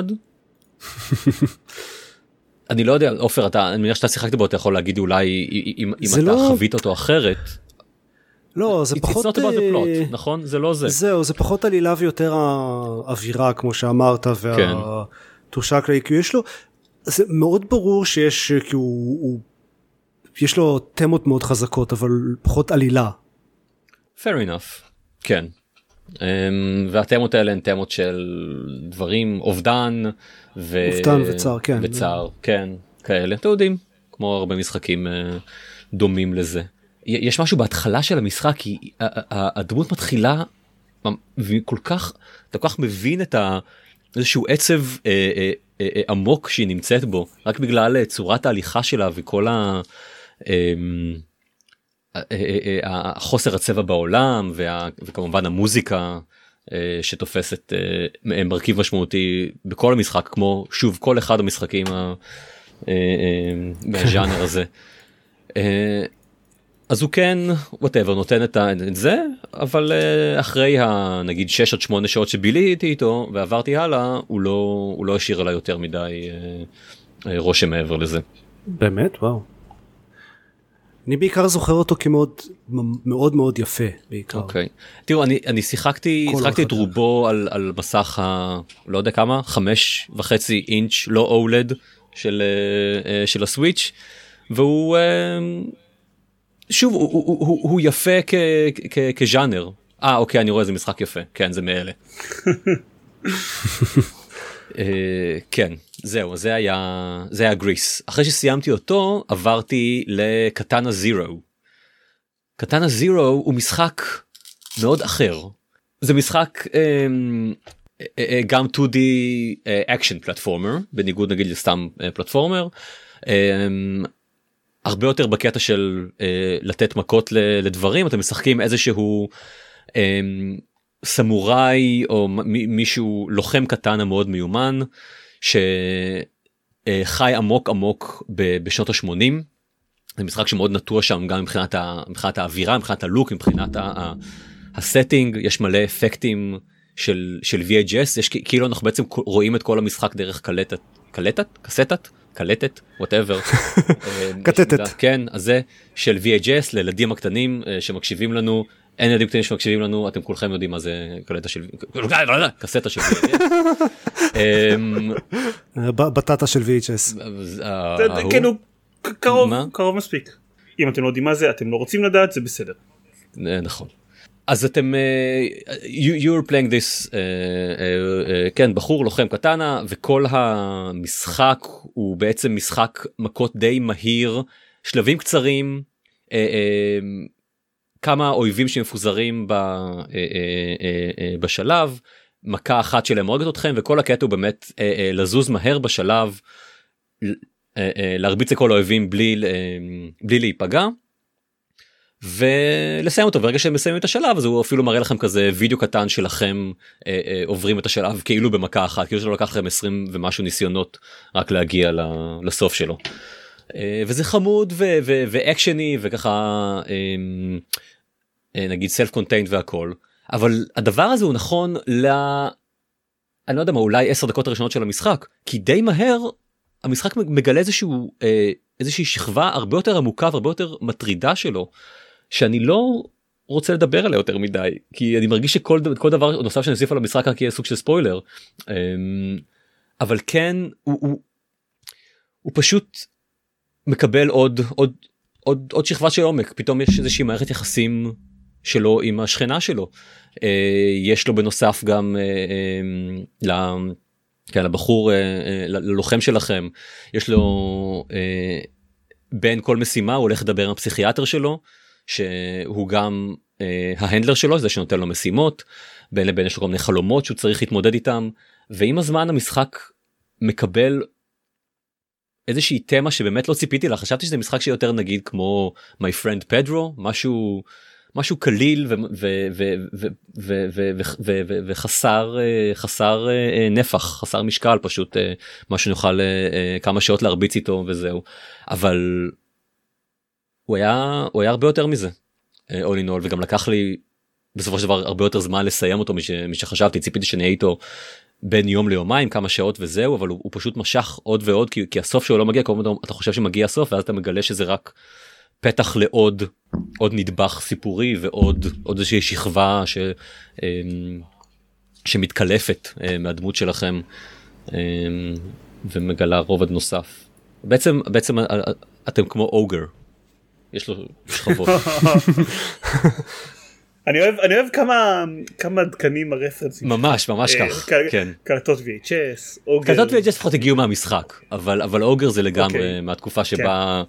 אני לא יודע, אופר, אתה, אני מניח שאתה שיחקת בו, אתה יכול להגיד אולי אם, אם אתה לא... חווית אותו אחרת. לא, זה פחות... It's not about the plot, נכון? זה לא זה. זהו, זה פחות עלילה ויותר האווירה, כמו שאמרת, והתחושה הכללית, כי יש לו, זה מאוד ברור שיש, כי הוא, הוא, יש לו תמות מאוד חזקות, אבל פחות עלילה. Fair enough, כן. והתמות האלה הן תמות של דברים, אובדן, ו... אובדן וצער, כן. וצער, כן, כאלה, אתם יודעים, כמו הרבה משחקים דומים לזה. יש משהו בהתחלה של המשחק, כי הדמות מתחילה, וכל כך, אתה כל כך מבין את איזשהו עצב עמוק שהיא נמצאת בו, רק בגלל צורת ההליכה שלה וכל ה... החוסר הצבע בעולם, וכמובן המוזיקה שתופסת מרכיב משמעותי בכל המשחק, כמו שוב כל אחד המשחקים מהז'אנר הזה. אז הוא כן, whatever, נותן את זה, אבל אחרי נגיד שש עד שמונה שעות שביליתי איתו ועברתי הלאה, הוא לא, הוא לא השאיר עליי יותר מדי רושם מעבר לזה. באמת? וואו. אני בעיקר זוכר אותו כמאוד מאוד מאוד יפה בעיקר. אוקיי. תראו, אני, אני שיחקתי, שיחקתי את רובו על, על מסך ה... לא יודע כמה, חמש וחצי אינץ' לא אולד של, של הסוויץ', והוא... שוב, הוא, הוא, הוא, הוא יפה כ, כ, כז'אנר. אה, אוקיי, אני רואה איזה משחק יפה. כן, זה מאלה. כן, זהו, זה היה, זה היה גריס. אחרי שסיימתי אותו, עברתי לקטנה זירו. קטנה זירו הוא משחק מאוד אחר. זה משחק גם טו די אקשן פלטפורמר, בניגוד נגיד לסתם פלטפורמר. הרבה יותר בקטע של לתת מכות לדברים, אתם משחקים איזשהו... סמוראי או מישהו לוחם קטן מאוד מיומן שחי עמוק עמוק בשנות ה-שמונים. זה משחק שמאוד נטוע שם גם מבחינת, ה, מבחינת האווירה, מבחינת הלוק, מבחינת הסטינג. יש מלא אפקטים של, של וי אייץ' אס, יש כאילו אנחנו בעצם רואים את כל המשחק דרך קלטת, קלטת? קסטת? קלטת? whatever. קטטת. כן, אז זה של וי אייץ' אס לילדים הקטנים שמקשיבים לנו. אין ילדים קטנים שמקשיבים לנו, אתם כולכם יודעים מה זה קלטה של... קסטה של וי אייץ' אס. בטטה של וי אייץ' אס. כן, הוא קרוב מספיק. אם אתם לא יודעים מה זה, אתם לא רוצים לדעת, זה בסדר. נכון. אז אתם... You were playing this, כן, בחור לוחם קטנה, וכל המשחק הוא בעצם משחק מכות די מהיר, שלבים קצרים, כמה אויבים שמפוזרים בשלב, מכה אחת שלהם הורגת אתכם, וכל הקטע הוא באמת לזוז מהר בשלב, להרביץ לכל האויבים בלי, בלי להיפגע, ולסיים אותו. ברגע שהם מסיימים את השלב, אז הוא אפילו מראה לכם כזה וידאו קטן שלכם עוברים את השלב כאילו במכה אחת, כאילו שלא לקח לכם עשרים ומשהו ניסיונות רק להגיע לסוף שלו. וזה חמוד ו- ו- ואקשני וככה נגיד סלף קונטיינד והכל, אבל הדבר הזה הוא נכון ל... אני לא יודע מה, אולי עשר דקות הראשונות של המשחק, כי די מהר המשחק מגלה איזשהו, איזושהי שכבה הרבה יותר עמוקה והרבה יותר מטרידה שלו, שאני לא רוצה לדבר עליה יותר מדי, כי אני מרגיש שכל כל דבר נוסף שאני אוסיף על המשחק רק יהיה סוג של ספוילר, אבל כן, הוא, הוא, הוא פשוט מקבל עוד, עוד, עוד, עוד שכבה של עומק. פתאום יש איזושהי מערכת יחסים שלו עם השכנה שלו. יש לו בנוסף גם ל... כן, לבחור, ללוחם שלכם, יש לו בין כל משימה, הוא הולך לדבר עם הפסיכיאטר שלו, שהוא גם ההנדלר שלו, זה שנותן לו משימות, בין לבין יש לו כל מיני חלומות שהוא צריך להתמודד איתם, ועם הזמן המשחק מקבל איזושהי תמה שבאמת לא ציפיתי לה. חשבתי שזה משחק שיותר נגיד כמו My Friend Pedro, משהו משהו קליל וחסר חסר נפח, חסר משקל, פשוט משהו נוכל כמה שעות להרביץ איתו וזהו. אבל הוא היה, הוא היה הרבה יותר מזה, all in all, וגם לקח לי בסופו של דבר הרבה יותר זמן לסיים אותו מש, משחשבתי, ציפיתי שנהיה איתו בין יום ליומיים, כמה שעות וזהו, אבל הוא, הוא פשוט משך עוד ועוד, כי, כי הסוף שלו לא מגיע, כל אתה חושב שמגיע הסוף, ואז אתה מגלה שזה רק פתח לעוד, עוד נדבך סיפורי, ועוד עוד איזושהי שכבה ש, שמתקלפת מהדמות שלכם, ומגלה רובד נוסף. בעצם, בעצם אתם כמו אוגר, יש לו שכבות. אני אוהב, אני אוהב כמה, כמה דקנים הרפרנסים. ממש, ממש כך, כן. קלטות וי אייץ' אס, אוגר. קלטות וי אייץ' אס לפחות הגיעו מהמשחק, אבל, אבל אוגר זה לגמרי מהתקופה שבה,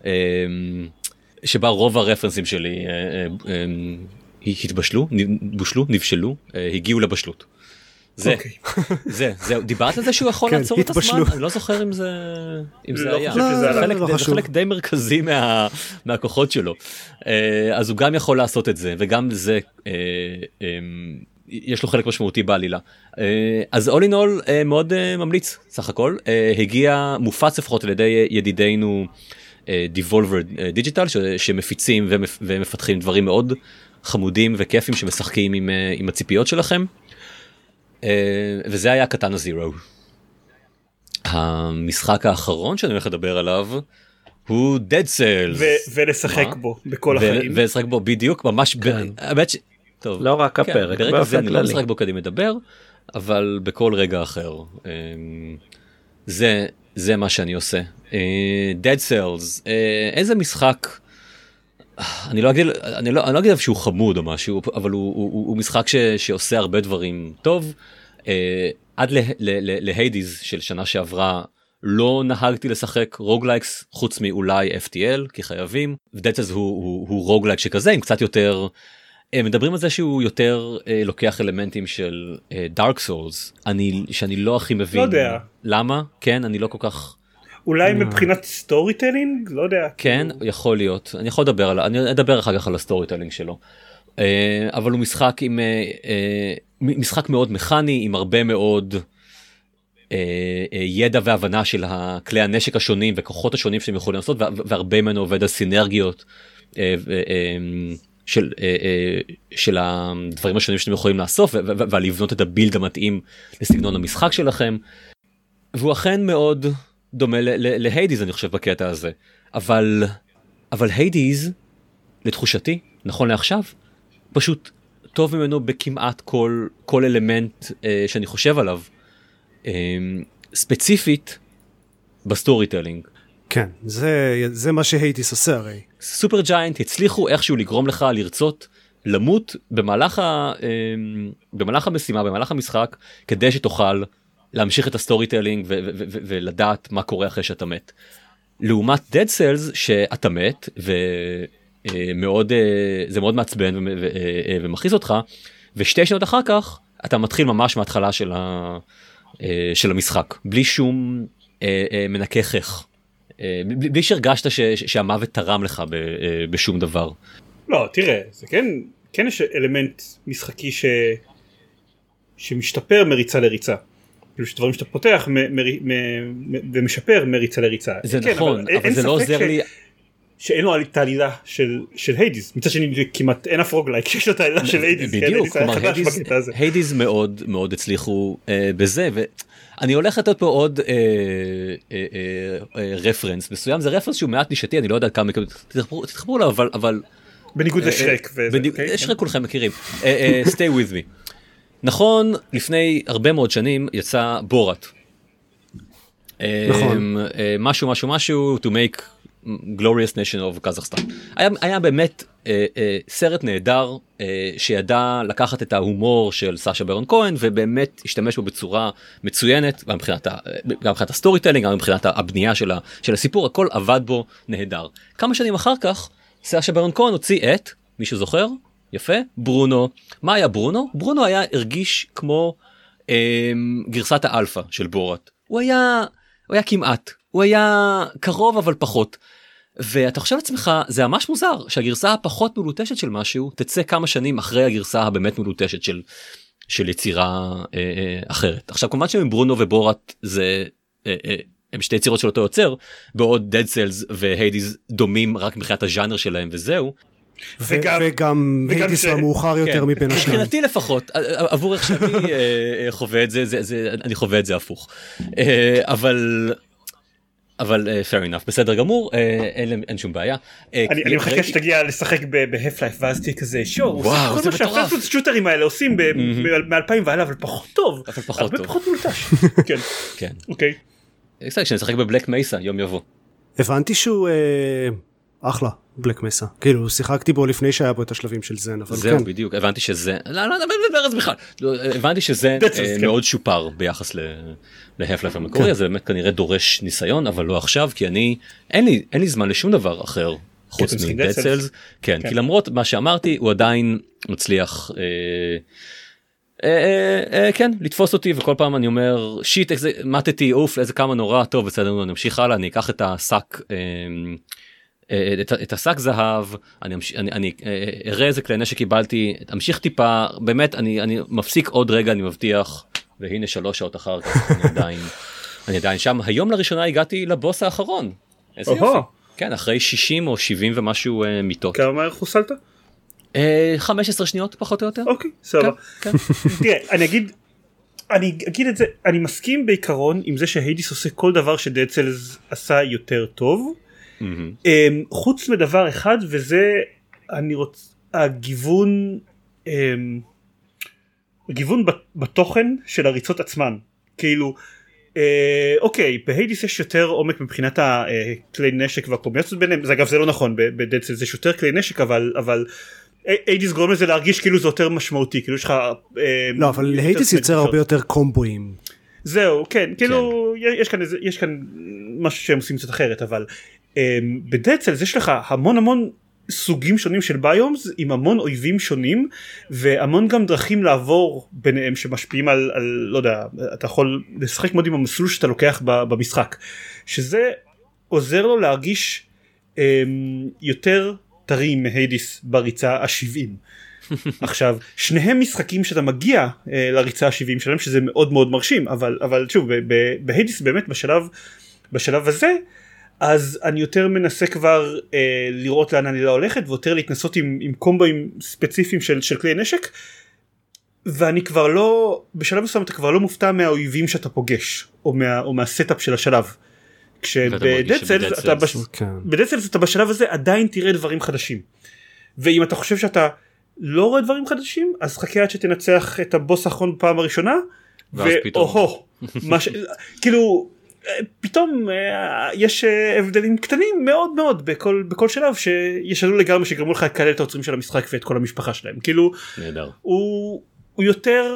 שבה רוב הרפרנסים שלי התבשלו, בושלו, נבשלו, הגיעו לבשלות. זה, זה, זה, דיברת על זה שהוא יכול לעצור את הזמן? אני לא זוכר אם זה, אם זה היה. זה חלק די מרכזי מהכוחות שלו. אז הוא גם יכול לעשות את זה, וגם זה, יש לו חלק משמעותי בעלילה. אז all in all מאוד ממליץ, סך הכל. הגיע מופץ לפחות על ידי ידידינו Devolver Digital, שמפיצים ומפתחים דברים מאוד חמודים וכיפים, שמשחקים עם הציפיות שלכם. Uh, וזה היה קטנה זירו. המשחק האחרון שאני הולך לדבר עליו הוא Dead Cells. ו- ולשחק מה? בו בכל ו- החיים. ולשחק בו בדיוק, ממש כן. ב- ש... טוב, לא רק כן, הפרק, ברגע זה אני לא משחק בו כדי מדבר, אבל בכל רגע אחר. Um, זה, זה מה שאני עושה. Uh, Dead Cells, uh, איזה משחק, אני לא אגיד, אני לא, אני לא אגיד שהוא חמוד או משהו, אבל הוא, הוא, הוא, הוא משחק ש, שעושה הרבה דברים טוב. Uh, עד להיידיז של שנה שעברה לא נהגתי לשחק רוגלייקס חוץ מאולי אף טי אל, כי חייבים. ו-Dead Cells הוא, הוא, הוא רוגלייק שכזה, עם קצת יותר, uh, מדברים על זה שהוא יותר uh, לוקח אלמנטים של uh, Dark Souls, אני, שאני לא הכי מבין. לא יודע. למה? כן, אני לא כל כך... אולי מבחינת סטורי טלינג? לא יודע. כן, יכול להיות. אני יכול לדבר על, אני אדבר אחר כך על הסטורי טלינג שלו. אבל הוא משחק עם, משחק מאוד מכני, עם הרבה מאוד ידע והבנה של כלי הנשק השונים וכוחות השונים שהם יכולים לעשות, והרבה ממנו עובד על סינרגיות של, של הדברים השונים שאתם יכולים לאסוף, ועל לבנות את הבילד המתאים לסגנון המשחק שלכם. והוא אכן מאוד דומה להיידיז, אני חושב, בקטע הזה. אבל, אבל היידיז, לתחושתי, נכון לעכשיו, פשוט טוב ממנו בכמעט כל, כל אלמנט אה, שאני חושב עליו. אה, ספציפית, בסטורי טלינג. כן, זה, זה מה שהיידיז עושה הרי. סופר ג'יינט הצליחו איכשהו לגרום לך לרצות למות במהלך, ה, אה, במהלך המשימה, במהלך המשחק, כדי שתוכל להמשיך את הסטורי טלינג ו- ו- ו- ולדעת מה קורה אחרי שאתה מת. לעומת Dead Cells שאתה מת, ומאוד, זה מאוד מעצבן ו- ו- ומכריז אותך, ושתי שנות אחר כך אתה מתחיל ממש מההתחלה של, ה- של המשחק, בלי שום מנקה חך, בלי, בלי שהרגשת ש- שהמוות תרם לך ב- בשום דבר. לא, תראה, זה כן, כן יש אלמנט משחקי ש... שמשתפר מריצה לריצה. כאילו שדברים שאתה פותח ומשפר מריצה לריצה. זה נכון, אבל זה לא עוזר לי. שאין לו את העלילה של היידיז. מצד שני כמעט אין אף רוגלייק שיש לו את העלילה של היידיז. בדיוק, כלומר היידיז מאוד מאוד הצליחו בזה, ואני הולך לתת פה עוד רפרנס מסוים, זה רפרנס שהוא מעט נישתי, אני לא יודע כמה תתחברו לו, אבל... בניגוד לשרק. שרק כולכם מכירים. Stay with me. נכון, לפני הרבה מאוד שנים יצא בורת. נכון. משהו, משהו, משהו, to make glorious nation of Kazakhstan. היה, היה באמת אה, אה, סרט נהדר, אה, שידע לקחת את ההומור של סאשה ברון כהן, ובאמת השתמש בו בצורה מצוינת, גם מבחינת, גם מבחינת הסטורי טלינג, גם מבחינת הבנייה של, ה, של הסיפור, הכל עבד בו נהדר. כמה שנים אחר כך, סאשה ברון כהן הוציא את, מי שזוכר, יפה, ברונו. מה היה ברונו? ברונו היה הרגיש כמו אה, גרסת האלפא של בורת. הוא היה, הוא היה כמעט, הוא היה קרוב אבל פחות. ואתה חושב לעצמך, זה ממש מוזר שהגרסה הפחות מלוטשת של משהו תצא כמה שנים אחרי הגרסה הבאמת מלוטשת של, של יצירה אה, אה, אחרת. עכשיו כמובן שברונו ובורת זה אה, אה, הם שתי יצירות של אותו יוצר, בעוד Dead Cells והיידיז דומים רק מבחינת הז'אנר שלהם וזהו. וגם היידיס המאוחר יותר מבין השניים. מבחינתי לפחות, עבור איך שאני חווה את זה, אני חווה את זה הפוך. אבל... אבל fair enough, בסדר גמור, אין שום בעיה. אני מחכה שתגיע לשחק בהפלייף ואז תהיה כזה שואו, וואו, זה מטורף. כל מה שהשוטרים האלה עושים מ-אלפיים ועלה, אבל פחות טוב. אבל פחות טוב. הרבה פחות מולטש. כן. כן. אוקיי. כשאני אשחק בבלק מייסה, יום יבוא. הבנתי שהוא אחלה, בלק מסה. כאילו, שיחקתי בו לפני שהיה בו את השלבים של זן, אבל כן. זהו, בדיוק, הבנתי שזה, לא, לא, לא, לא, בכלל. הבנתי שזה מאוד שופר ביחס להפלייף המקורי, זה באמת כנראה דורש ניסיון, אבל לא עכשיו, כי אני, אין לי, אין לי זמן לשום דבר אחר, חוץ מ-Dead Cells. כן, כי למרות מה שאמרתי, הוא עדיין מצליח, כן, לתפוס אותי, וכל פעם אני אומר, שיט, מתתי, אוף, איזה כמה נורא, טוב, בסדר, נמשיך הלאה, אני אקח את השק, את, את השק זהב, אני, אני, אני אראה איזה כלי נשק קיבלתי, אמשיך טיפה, באמת, אני, אני מפסיק עוד רגע, אני מבטיח, והנה שלוש שעות אחר כך, אני עדיין, אני עדיין שם. היום לראשונה הגעתי לבוס האחרון. איזה יופי. כן, אחרי שישים או שבעים ומשהו uh, מיטות. כמה מהר חוסלת? Uh, חמש עשרה שניות, פחות או יותר. אוקיי, סבבה. כן, כן. תראה, אני אגיד, אני אגיד את זה, אני מסכים בעיקרון עם זה שהיידיס עושה כל דבר שדד סלס עשה יותר טוב, Mm-hmm. Um, חוץ מדבר אחד, וזה אני רוצה הגיוון um, הגיוון בתוכן של הריצות עצמן, כאילו uh, אוקיי, בהיידיס יש יותר עומק מבחינת הכלי נשק והקומבינציות ביניהם, זה אגב זה לא נכון, בדד סלס יש יותר כלי נשק, אבל אבל היידיס גורם לזה להרגיש כאילו זה יותר משמעותי, כאילו יש לך uh, לא, אבל היידיס יוצר הרבה יותר קומבואים. זהו, כן, כאילו יש כאן יש כאן משהו שהם עושים קצת אחרת, אבל בדד סלס יש לך המון המון סוגים שונים של ביומס עם המון אויבים שונים והמון גם דרכים לעבור ביניהם שמשפיעים על, על לא יודע, אתה יכול לשחק מאוד עם המסלול שאתה לוקח במשחק, שזה עוזר לו להרגיש um, יותר טרי מהיידיס בריצה ה-שבעים. עכשיו, שניהם משחקים שאתה מגיע uh, לריצה ה-שבעים שלהם, שזה מאוד מאוד מרשים, אבל, אבל שוב, בהיידיס באמת בשלב, בשלב הזה אז אני יותר מנסה כבר אה, לראות לאן אני לא הולכת, ויותר להתנסות עם, עם קומבואים ספציפיים של, של כלי נשק, ואני כבר לא, בשלב מסוים אתה כבר לא מופתע מהאויבים שאתה פוגש, או, מה, או מהסטאפ של השלב. כשבדד סלס אתה, בש... בדד סלס אתה בשלב הזה עדיין תראה דברים חדשים. ואם אתה חושב שאתה לא רואה דברים חדשים, אז חכה עד שתנצח את הבוס האחרון בפעם הראשונה, ואוהו, מש... כאילו... פתאום יש הבדלים קטנים מאוד מאוד בכל, בכל שלב שישנו לגמרי שגרמו לך לקלל את האוצרים של המשחק ואת כל המשפחה שלהם, כאילו הוא, הוא יותר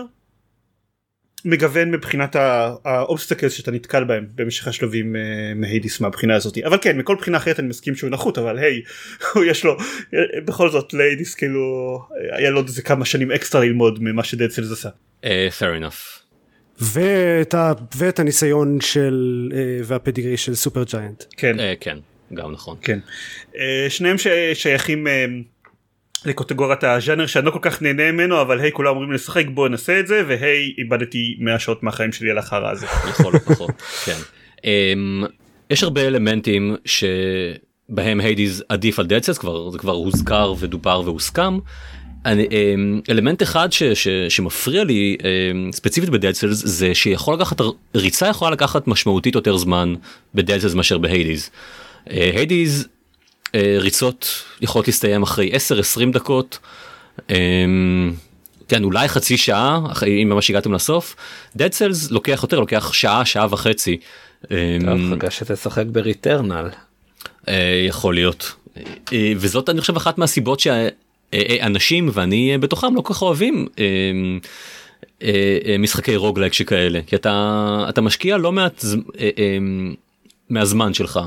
מגוון מבחינת האובסטקלס שאתה נתקל בהם במשך השלבים מהיידיס מהבחינה הזאת, אבל כן, מכל בחינה אחרת אני מסכים שהוא נחות, אבל היי, הוא יש לו בכל זאת להיידיס כאילו היה לו איזה כמה שנים אקסטרה ללמוד ממה שדד סלס עשה. fair enough. ואת, ה, ואת הניסיון של והפדיגרי של סופר ג'יינט. כן, כן, גם נכון. כן. שניהם שייכים לקטגוריית הז'אנר שאני לא כל כך נהנה ממנו, אבל היי, כולם אומרים לשחק, בוא נעשה את זה, והי, איבדתי מאה שעות מהחיים שלי על החרא הזה. יכול לפחות, כן. יש הרבה אלמנטים שבהם היידיז עדיף על דד סלס, זה כבר הוזכר ודובר והוסכם. אלמנט אחד ש, ש, שמפריע לי ספציפית בדד סלס זה שיכול לקחת, ריצה יכולה לקחת משמעותית יותר זמן בדד סלס מאשר בהיידיז. היידיז ריצות יכולות להסתיים אחרי עשר עשרים דקות, כן, אולי חצי שעה, אם ממש הגעתם לסוף. דד סלס לוקח יותר, לוקח שעה, שעה וחצי. טוב, חכה שתשחק בריטרנל. יכול להיות. וזאת אני חושב אחת מהסיבות שה... אנשים ואני בתוכם לא כל כך אוהבים משחקי רוגלייק שכאלה, כי אתה אתה משקיע לא מעט מהזמן שלך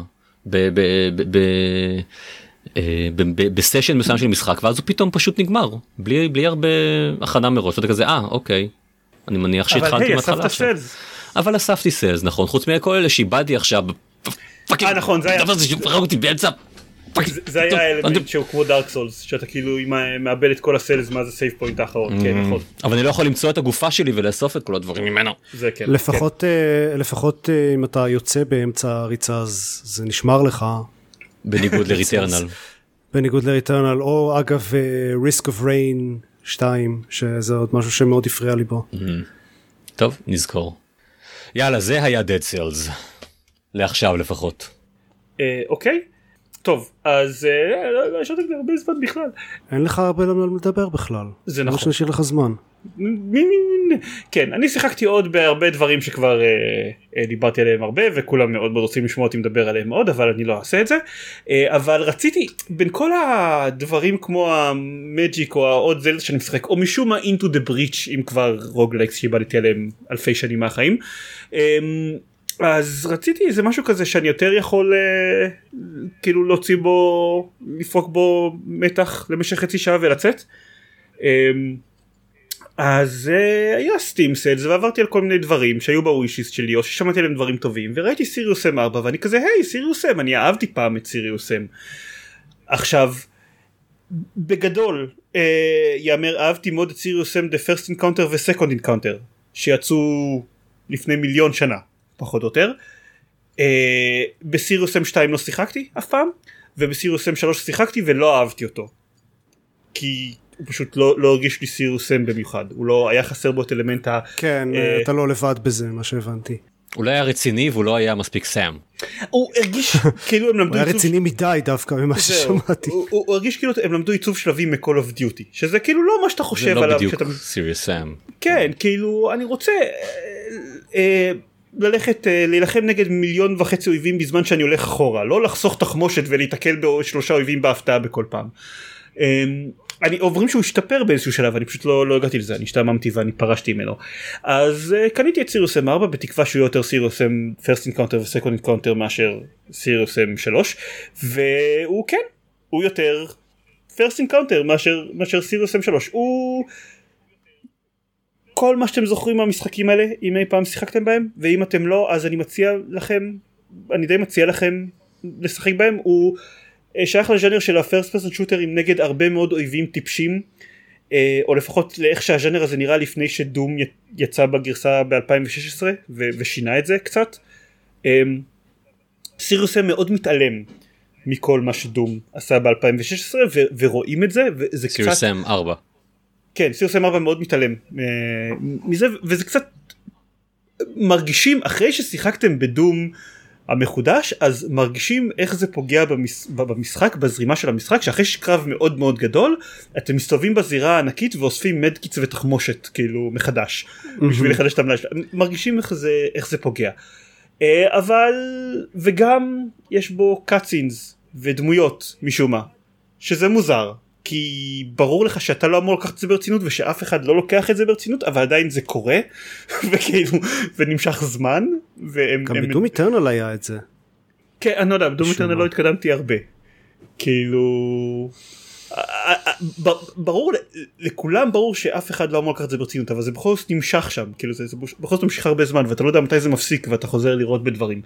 בסשן מסוים של משחק, ואז הוא פתאום פשוט נגמר בלי בלי הרבה הכנה מראש, ואתה כזה אה אוקיי, אני מניח שהתחלתי מההתחלה עכשיו, אבל אספתי סלס, נכון, חוץ מכל אלה שאיבדתי עכשיו, אה נכון, זה היה אותי באמצע זה היה האלמנט שהוא כמו דארק סולס, שאתה כאילו מאבד את כל הסלס מה זה סייב פוינט האחרון. כן, נכון. אבל אני לא יכול למצוא את הגופה שלי ולאסוף את כל הדברים ממנו. זה כן. לפחות, לפחות אם אתה יוצא באמצע הריצה, אז זה נשמר לך. בניגוד לריטרנל. בניגוד לריטרנל, או אגב Risk of Rain שתיים, שזה עוד משהו שמאוד הפריע לי בו. טוב, נזכור. יאללה, זה היה Dead Cells. לעכשיו לפחות. אוקיי. טוב, אז לא יש עוד הרבה זמן בכלל. אין לך הרבה למה לדבר בכלל. זה נכון. לא שנשאיר לך זמן. כן, אני שיחקתי עוד בהרבה דברים שכבר דיברתי עליהם הרבה, וכולם מאוד מאוד רוצים לשמוע אותי מדבר עליהם עוד, אבל אני לא אעשה את זה. אבל רציתי, בין כל הדברים כמו המג'יק או העוד זלדה שאני משחק, או משום מה Into the Breach, אם כבר רוגלייקס שאיבדתי עליהם אלפי שנים מהחיים, אז רציתי איזה משהו כזה שאני יותר יכול אה, כאילו להוציא בו, לפרוק בו מתח למשך חצי שעה ולצאת. אה, אז אה, היה סטים סיילס ועברתי על כל מיני דברים שהיו בווישיסט שלי או ששמעתי עליהם דברים טובים וראיתי סיריוס אם ארבע ואני כזה היי סיריוס אם, אני אהבתי פעם את סיריוס אם. עכשיו בגדול אה, יאמר אהבתי מאוד את סיריוס אם The First Encounter ו-Second Encounter שיצאו לפני מיליון שנה. פחות או יותר. בסיריוס אם שתיים לא שיחקתי אף פעם, ובסיריוס אם שלוש שיחקתי ולא אהבתי אותו. כי הוא פשוט לא, לא הרגיש לי סיריוס אם במיוחד. הוא לא היה חסר בו את אלמנט ה... כן, אה... אתה לא לבד בזה, מה שהבנתי. הוא לא היה רציני והוא לא היה מספיק סאם. הוא הרגיש כאילו הם למדו... הוא היה רציני מדי דווקא ממה ששמעתי. הוא, הוא, הוא הרגיש כאילו הם למדו עיצוב שלבים מ-Call of Duty, שזה כאילו לא מה שאתה חושב עליו. זה לא בדיוק שאתה... סיריוס סאם. כן, כאילו אני רוצה... אה, ללכת להילחם נגד מיליון וחצי אויבים בזמן שאני הולך אחורה, לא לחסוך תחמושת ולהתקל בשלושה אויבים בהפתעה בכל פעם. אני עוברים שהוא השתפר באיזשהו שלב, אני פשוט לא, לא הגעתי לזה, אני השתעממתי ואני פרשתי ממנו. אז קניתי את סיריוס אם ארבע בתקווה שהוא יותר סיריוס אם First Encounter ו-Second Encounter מאשר סיריוס אם שלוש, והוא כן, הוא יותר First Encounter מאשר, מאשר סיריוס אם שלוש. הוא... כל מה שאתם זוכרים מהמשחקים האלה, אם אי פעם שיחקתם בהם, ואם אתם לא, אז אני מציע לכם, אני די מציע לכם לשחק בהם, הוא שייך לז'אנר של ה-First Person Shooter עם נגד הרבה מאוד אויבים טיפשים, או לפחות לאיך שהז'אנר הזה נראה לפני שדום יצא בגרסה ב-אלפיים ושש עשרה, ושינה את זה קצת. סיריוס אם מאוד מתעלם מכל מה שדום עשה ב-אלפיים ושש עשרה, ורואים את זה, וזה קצת... סיריוס אם ארבע. כן, סיריוס אם ארבע מאוד מתעלם מזה, וזה קצת מרגישים, אחרי ששיחקתם בדום המחודש, אז מרגישים איך זה פוגע במשחק, בזרימה של המשחק, שאחרי שקרב מאוד מאוד גדול, אתם מסתובבים בזירה הענקית ואוספים מדקיץ ותחמושת, כאילו, מחדש, בשביל לחדש את המלאי שלה. מרגישים איך זה, איך זה פוגע. אבל, וגם יש בו קאטסינס ודמויות משום מה, שזה מוזר. כי ברור לך שאתה לא אמור לקחת את זה ברצינות ושאף אחד לא לוקח את זה ברצינות, אבל עדיין זה קורה וכאילו ונמשך זמן. והם, גם הם... בדום איטרנל היה את זה. כן, אני לא יודע, בדום איטרנל לא התקדמתי הרבה. כאילו ברור, לכולם ברור שאף אחד לא אמור לקחת את זה ברצינות, אבל זה בכל זאת נמשך שם, כאילו זה, זה בכל זאת נמשך הרבה זמן ואתה לא יודע מתי זה מפסיק ואתה חוזר לראות בדברים.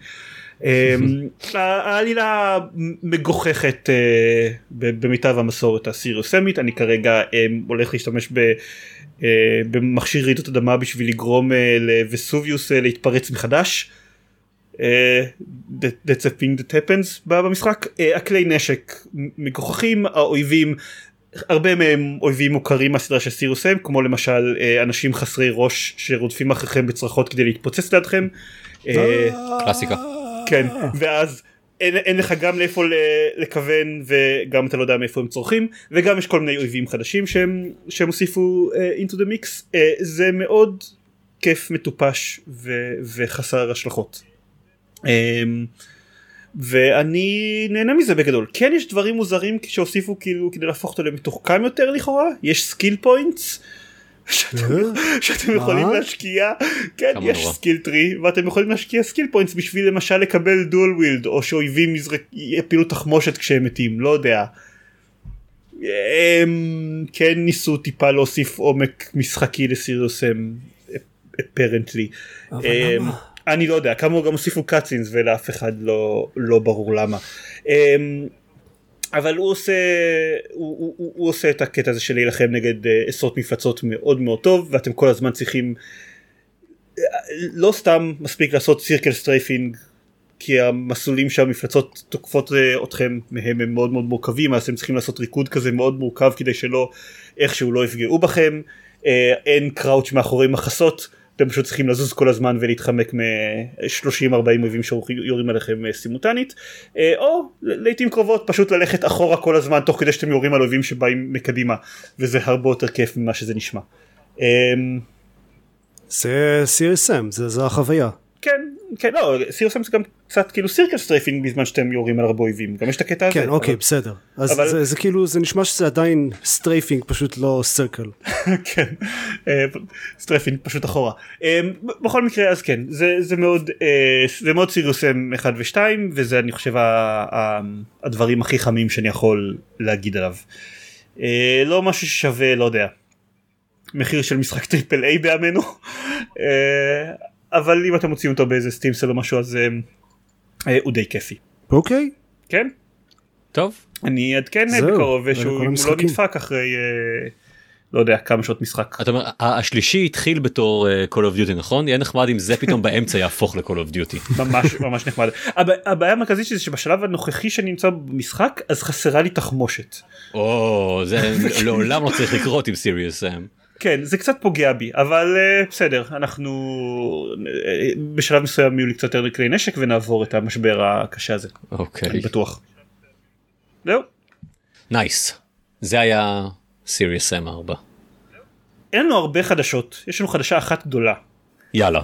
העלילה מגוחכת במיטב המסורת הסיריוס אמית. אני כרגע הולך להשתמש במכשיר רעידות אדמה בשביל לגרום לווסוביוס להתפרץ מחדש. That's a thing that happens במשחק. הכלי נשק מגוחכים, האויבים הרבה מהם אויבים מוכרים מהסדרה של סיריוס אם, כמו למשל אנשים חסרי ראש שרודפים אחריכם בצרחות כדי להתפוצץ לידכם. קלאסיקה. כן, ואז אין, אין לך גם לאיפה לכוון וגם אתה לא יודע מאיפה הם צורכים, וגם יש כל מיני אויבים חדשים שהם, שהם הוסיפו uh, into the mix. uh, זה מאוד כיף, מטופש ו, וחסר השלכות, um, ואני נהנה מזה בגדול. כן, יש דברים מוזרים שהוסיפו כאילו כדי להפוך אותו למתוחכם יותר לכאורה. יש סקיל פוינטס שאתם יכולים להשקיע, כן, יש סקיל טרי ואתם יכולים להשקיע סקיל פוינטס בשביל למשל לקבל דואל ווילד, או שאויבים יפילו תחמושת כשהם מתים, לא יודע. הם כן ניסו טיפה להוסיף עומק משחקי לסיריוס אם, אפרנטלי. אני לא יודע, כמה גם הוסיפו קאטסינס ולאף אחד לא, לא ברור למה. אבל הוא עושה, הוא, הוא, הוא, הוא עושה את הקטע הזה של להילחם נגד uh, עשרות מפלצות מאוד מאוד טוב, ואתם כל הזמן צריכים, לא סתם מספיק לעשות סירקל סטרייפינג, כי המסלולים שהמפלצות תוקפות uh, אתכם מהם הם מאוד מאוד מורכבים, אז אתם צריכים לעשות ריקוד כזה מאוד מורכב, כדי שלא, איכשהו לא יפגעו בכם, uh, אין קראוץ' מאחורי מחסות, אתם פשוט צריכים לזוז כל הזמן ולהתחמק מ-שלושים ארבעים אויבים שיורים עליכם סימולטנית, או לעתים קרובות פשוט ללכת אחורה כל הזמן תוך כדי שאתם יורים על אויבים שבאים מקדימה, וזה הרבה יותר כיף ממה שזה נשמע. זה סי אס אם, זה החוויה. כן, כן, לא, סי אס אם זה גם קצת כאילו סירקל סטרייפינג בזמן שאתם יורים על הרבה אויבים, גם יש את הקטע הזה. כן, אוקיי, בסדר. אז זה כאילו, זה נשמע שזה עדיין סטרייפינג, פשוט לא סרקל. כן, סטרייפינג פשוט אחורה. בכל מקרה, אז כן, זה מאוד, זה מאוד סי אס אם אחד ושתיים, וזה אני חושב הדברים הכי חמים שאני יכול להגיד עליו. לא משהו ששווה, לא יודע, מחיר של משחק טריפל איי בימינו, אבל אם אתם מוצאים אותו באיזה סטים סל או משהו, אז אה, הוא די כיפי. אוקיי. כן? טוב. אני אדכן בקרוב, ושהוא לא נדפק אחרי, אה, לא יודע, כמה שעות משחק. אתה אומר, השלישי התחיל בתור uh, Call of Duty, נכון? יהיה נחמד אם זה פתאום באמצע יהפוך ל-Call of Duty. ממש, ממש נחמד. הבעיה המרכזית שזה שבשלב הנוכחי שאני נמצא במשחק, אז חסרה לי תחמושת. או, זה לעולם לא צריך לקרות עם Serious Sam. כן, זה קצת פוגע בי, אבל uh, בסדר, אנחנו uh, בשלב מסוים יהיו לי קצת יותר כלי נשק ונעבור את המשבר הקשה הזה. אוקיי. אני בטוח. זהו. נייס. זה היה Serious Sam ארבע. אין לנו הרבה חדשות, יש לנו חדשה אחת גדולה. יאללה.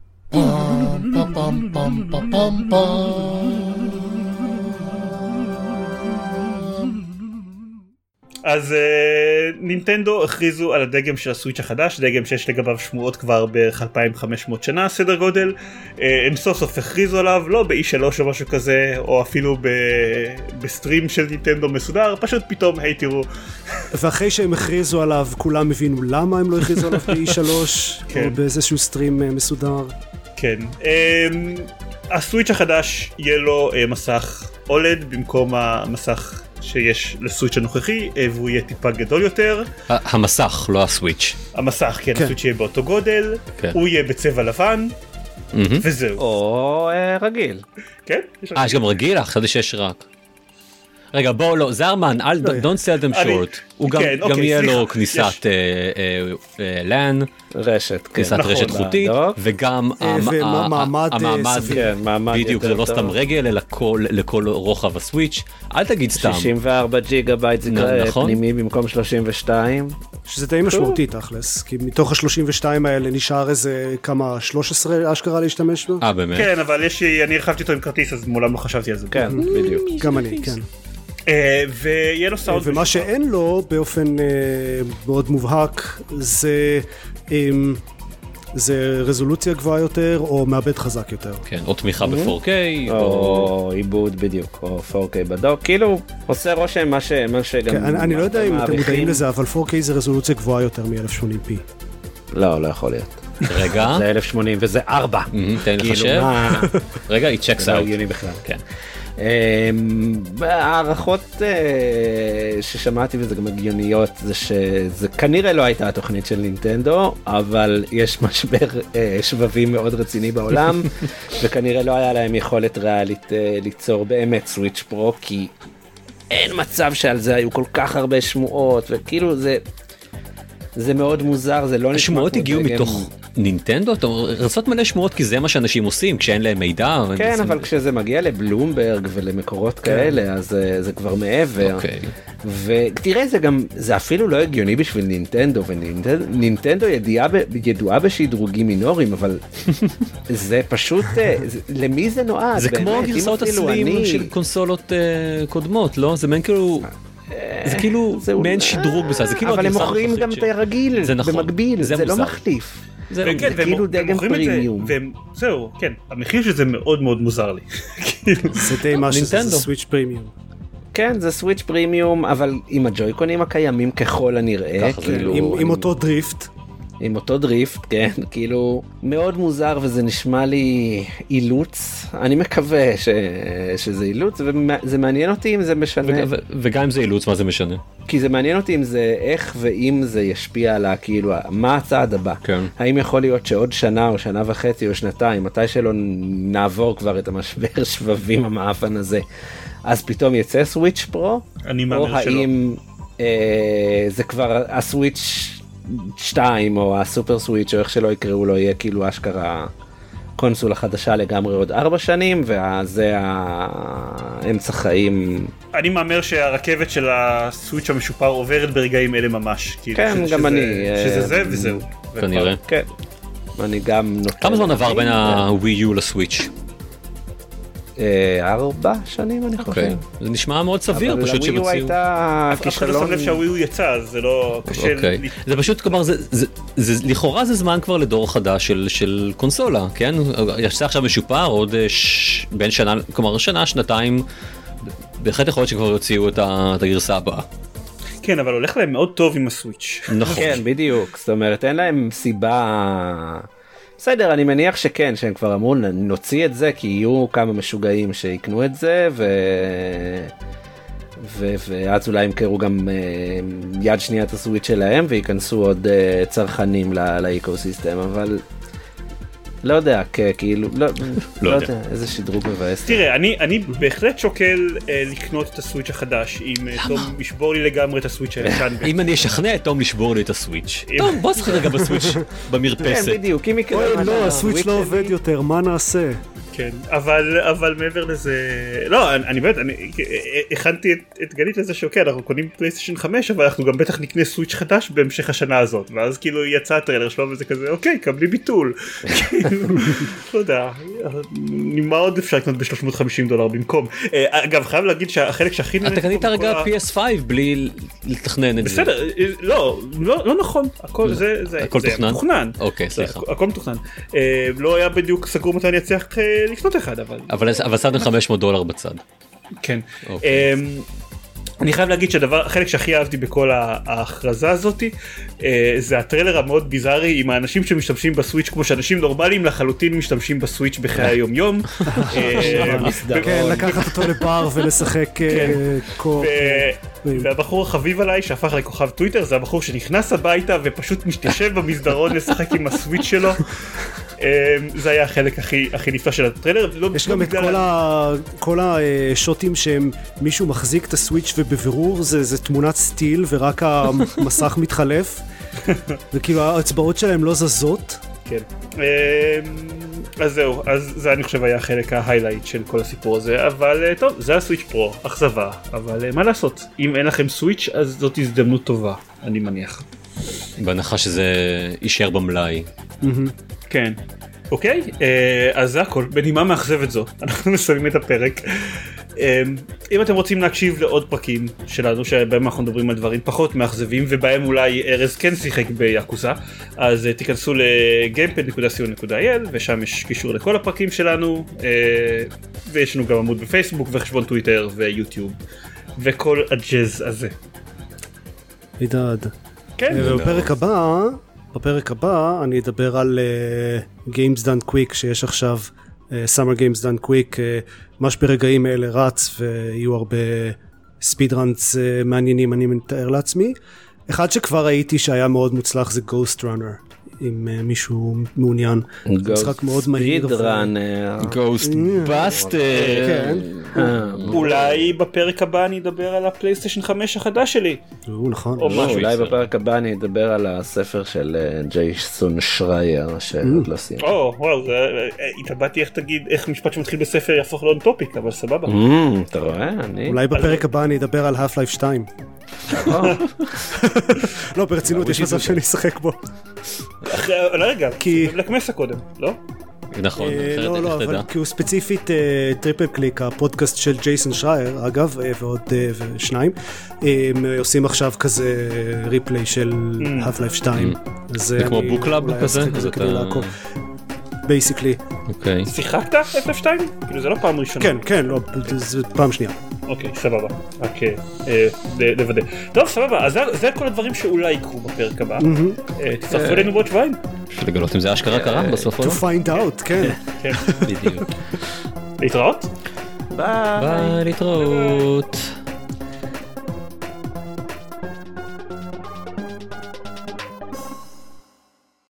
אז uh, נינטנדו הכריזו על הדגם של הסוויץ' החדש, דגם שיש לגביו שמועות כבר בערך אלפיים וחמש מאות שנה סדר גודל, uh, הם סוף סוף הכריזו עליו, לא ב-אי שלוש או משהו כזה, או אפילו ב- בסטרים של נינטנדו מסודר, פשוט פתאום, היי תראו. ואחרי שהם הכריזו עליו, כולם הבינו למה הם לא הכריזו עליו ב-אי שלוש, כן. או באיזשהו סטרים uh, מסודר. כן, um, הסוויץ' החדש יהיה לו uh, מסך אולד במקום המסך שיש לסוויץ' הנוכחי, והוא יהיה טיפה גדול יותר. המסך, לא הסוויץ'. המסך, כן, הסוויץ' יהיה באותו גודל, הוא יהיה בצבע לבן, וזהו. או רגיל. כן? אה, יש גם רגיל? חשבתי שיש רק. רגע, בואו, לא, זרמן, don't sell them short. הוא גם יהיה לו כניסת לן, רשת, כניסת רשת חוטית, וגם המעמד, בדיוק, זה לא סתם רגל, אלא לכל רוחב הסוויץ'. אל תגיד סתם. שישים וארבע ג'יגה בייט זיכרון פנימי במקום שלושים ושתיים. שזה די משמעותי תכלס, כי מתוך ה-שלושים ושתיים האלה נשאר איזה כמה, שלוש עשרה אשכרה להשתמש בו? אה, באמת? כן, אבל יש, אני הרחבתי אותו עם כרטיס, אז מעולם לא חשבתי על זה. כן, בדיוק. גם אני, כן. ויהיה לו סאונד. ומה שאין לו באופן מאוד מובהק זה זה רזולוציה גבוהה יותר או מעבד חזק יותר. כן, או תמיכה ב-פור קיי או עיבוד בדיוק, או פור קיי בדוק, כאילו עושה רושם מה שגם... אני לא יודע אם אתם מודעים לזה, אבל פור קיי זה רזולוציה גבוהה יותר מ-אלף שמונים פי. לא, לא יכול להיות. רגע. זה אלף שמונים וזה ארבע. תן לחשב. רגע, היא צ'קס אאוט. זה בכלל. כן. הערכות ששמעתי וזה גם הגיוניות זה שזה כנראה לא הייתה התוכנית של נינטנדו, אבל יש משבר שבבים מאוד רציני בעולם וכנראה לא היה להם יכולת ריאלית ליצור באמת סוויץ' פרו, כי אין מצב שעל זה היו כל כך הרבה שמועות, וכאילו זה זה מאוד מוזר, זה לא... השמועות הגיעו מתוך נינטנדו? אתה רצות מלא שמועות כי זה מה שאנשים עושים כשאין להם מידע. כן, אבל כשזה מגיע לבלומברג ולמקורות כאלה, אז זה כבר מעבר. ותראה, זה גם, זה אפילו לא הגיוני בשביל נינטנדו, ונינטנדו ידועה בשדרוגים מינוריים, אבל זה פשוט, למי זה נועד? זה כמו גרסאות הסלים של קונסולות קודמות, לא? זה מעין כאילו... זה כאילו מעין שדרוג בסדר, זה כאילו... אבל הם מוכרים גם את הרגיל במקביל, זה לא מחליף. זה כאילו דגם פרימיום. זהו, כן, המחיר שזה מאוד מאוד מוזר לי. זה די משהו, זה סוויץ' פרימיום. כן, זה סוויץ' פרימיום, אבל עם הג'ויקונים הקיימים ככל הנראה. עם אותו דריפט. עם אותו דריפט, כן, כאילו מאוד מוזר וזה נשמע לי אילוץ, אני מקווה ש... שזה אילוץ וזה מעניין אותי אם זה משנה. ו... ו... וגם אם זה אילוץ מה זה משנה? כי זה מעניין אותי אם זה איך ואם זה ישפיע על כאילו מה הצעד הבא. כן. האם יכול להיות שעוד שנה או שנה וחצי או שנתיים, מתי שלא נעבור כבר את המשבר שבבים המאפן הזה, אז פתאום יצא סוויץ' פרו? אני מאמין שלא. או האם אה, זה כבר הסוויץ' שתיים או הסופר סוויץ' או איך שלא יקראו לו יהיה כאילו אשכרה קונסולה חדשה לגמרי עוד ארבע שנים וזה האמצע חיים. אני מאמר שהרכבת של הסוויץ' המשופר עוברת ברגעים אלה ממש. כן, גם שזה, אני. שזה זה וזהו. כנראה. כן. אני גם נותן. כמה זמן עבר בין הווי יו לסוויץ'? ארבע שנים אני חושב. זה נשמע מאוד סביר פשוט אבל הווי שמציעו. הייתה אף אחד לא שם לב שהווי הוא יצא, אז זה לא קשה. זה פשוט, כלומר, לכאורה זה זמן כבר לדור חדש של קונסולה, כן? יצא עכשיו משופר עוד בין שנה, כלומר שנה, שנתיים, בהחלט יכול להיות שכבר יוציאו את הגרסה הבאה. כן, אבל הולך להם מאוד טוב עם הסוויץ'. נכון. כן, בדיוק. זאת אומרת, אין להם סיבה... בסדר, אני מניח שכן, שהם כבר אמרו, נוציא את זה, כי יהיו כמה משוגעים שיקנו את זה, ו... ו... ואז אולי הם קראו גם uh, יד שנייה את הסוויץ' שלהם, וייכנסו עוד uh, צרכנים לא... לאקוסיסטם, אבל... לא יודע, כאילו, לא, לא יודע, איזה שדרוג מבאס. תראה, אני, אני בהחלט שוקל אה, לקנות את הסוויץ' החדש, אם אה, תום ישבור לי לגמרי את הסוויץ' הישן. אם אני אשכנע את תום לשבור לי את הסוויץ'. תום, בוא שחק רגע בסוויץ' במרפסת. כן, בדיוק, אם יקרה משהו. לא, הסוויץ' לא עובד יותר, מה נעשה? כן, אבל, אבל מעבר לזה, לא, אני, אני באמת, אני הכנתי את, את גלית לזה שאוקיי, אנחנו קונים פלייסטיישן חמש, אבל אנחנו גם בטח נקנה סוויץ' חדש בהמשך השנה הזאת, ואז כאילו יצא הטריילר שלו וזה כזה, אוקיי, קבלי ביטול. לא יודע, מה עוד אפשר לקנות ב-שלוש מאות וחמישים דולר במקום? אגב, חייב להגיד שהחלק שהכי נהנה... אתה קנית רגע פי אס פייב בלי לתכנן את זה. בסדר, לא, לא נכון, הכל זה מתוכנן. אוקיי, סליחה. הכל מתוכנן. לא היה בדיוק סגור מתי אני אצליח לקנות אחד, אבל... אבל שמתם חמש מאות דולר בצד. כן. אני חייב להגיד שהדבר, החלק שהכי אהבתי בכל ההכרזה הזאת, זה הטריילר המאוד ביזארי עם האנשים שמשתמשים בסוויץ' כמו שאנשים נורמליים לחלוטין משתמשים בסוויץ' בחיי היום יום. כן, לקחת אותו לבר ולשחק קור. והבחור החביב עליי שהפך לכוכב טוויטר זה הבחור שנכנס הביתה ופשוט משתשב במסדרון לשחק עם הסוויץ' שלו. זה היה החלק הכי הכי נפלא של הטריילר. יש גם את כל השוטים שהם מישהו מחזיק את הסוויץ' ובבירור זה תמונת סטיל ורק המסך מתחלף וכאילו האצבעות שלהם לא זזות. כן. אז זהו, אז זה אני חושב היה חלק ההיילייט של כל הסיפור הזה, אבל טוב, זה הסוויץ' פרו, אכזבה, אבל מה לעשות, אם אין לכם סוויץ' אז זאת הזדמנות טובה, אני מניח. בהנחה שזה יישאר במלאי. כן. אוקיי, אז זה הכל, בנימה מאכזבת זו, אנחנו מסיימים את הפרק. אם אתם רוצים להקשיב לעוד פרקים שלנו שבהם אנחנו מדברים על דברים פחות מאכזבים ובהם אולי ארז כן שיחק ביאקוזה, אז תיכנסו ל-gamepad נקודה co נקודה il ושם יש קישור לכל הפרקים שלנו, ויש לנו גם עמוד בפייסבוק וחשבון טוויטר ויוטיוב וכל הג'אז הזה. עידד. כן. ובפרק הבא בפרק הבא אני אדבר על uh, Games Done Quick שיש עכשיו, uh, Summer Games Done Quick, uh, ממש ברגעים האלה רץ ויהיו הרבה ספיד ראנס uh, מעניינים אני מתאר לעצמי. אחד שכבר ראיתי שהיה מאוד מוצלח זה Ghost Runner, אם uh, מישהו מעוניין. משחק מאוד מהיר. ספיד ראנר. Ghost Buster. כן. אולי בפרק הבא אני אדבר על הפלייסטיישן חמש החדש שלי. נכון. אולי בפרק הבא אני אדבר על הספר של ג'ייסון שרייר שעוד לא סיימתי. או וואו, התלבטתי איך תגיד איך משפט שמתחיל בספר יהפוך לאון טופיק, אבל סבבה. אתה רואה? אולי בפרק הבא אני אדבר על Half-Life שתיים. לא, ברצינות, יש מצב שאני אשחק בו. רגע, כי בלק מסה קודם, לא? נכון, לא, לא, אבל כי הוא ספציפית טריפל קליק, הפודקאסט של ג'ייסון שרייר, אגב, ועוד שניים, עושים עכשיו כזה ריפליי של Half-Life שתיים. זה כמו בוקלאב כזה? בייסיקלי. שיחקת Half-Life שתיים? כאילו זה לא פעם ראשונה. כן, כן, זה פעם שנייה. אוקיי, סבבה. רק לוודא. טוב, סבבה, אז זה כל הדברים שאולי יקרו בפרק הבא. תצטרפו אלינו בעוד שבועיים. בשביל לגלות אם זה אשכרה קרה בסוף או לא. To find out, כן. בדיוק. להתראות? ביי, להתראות.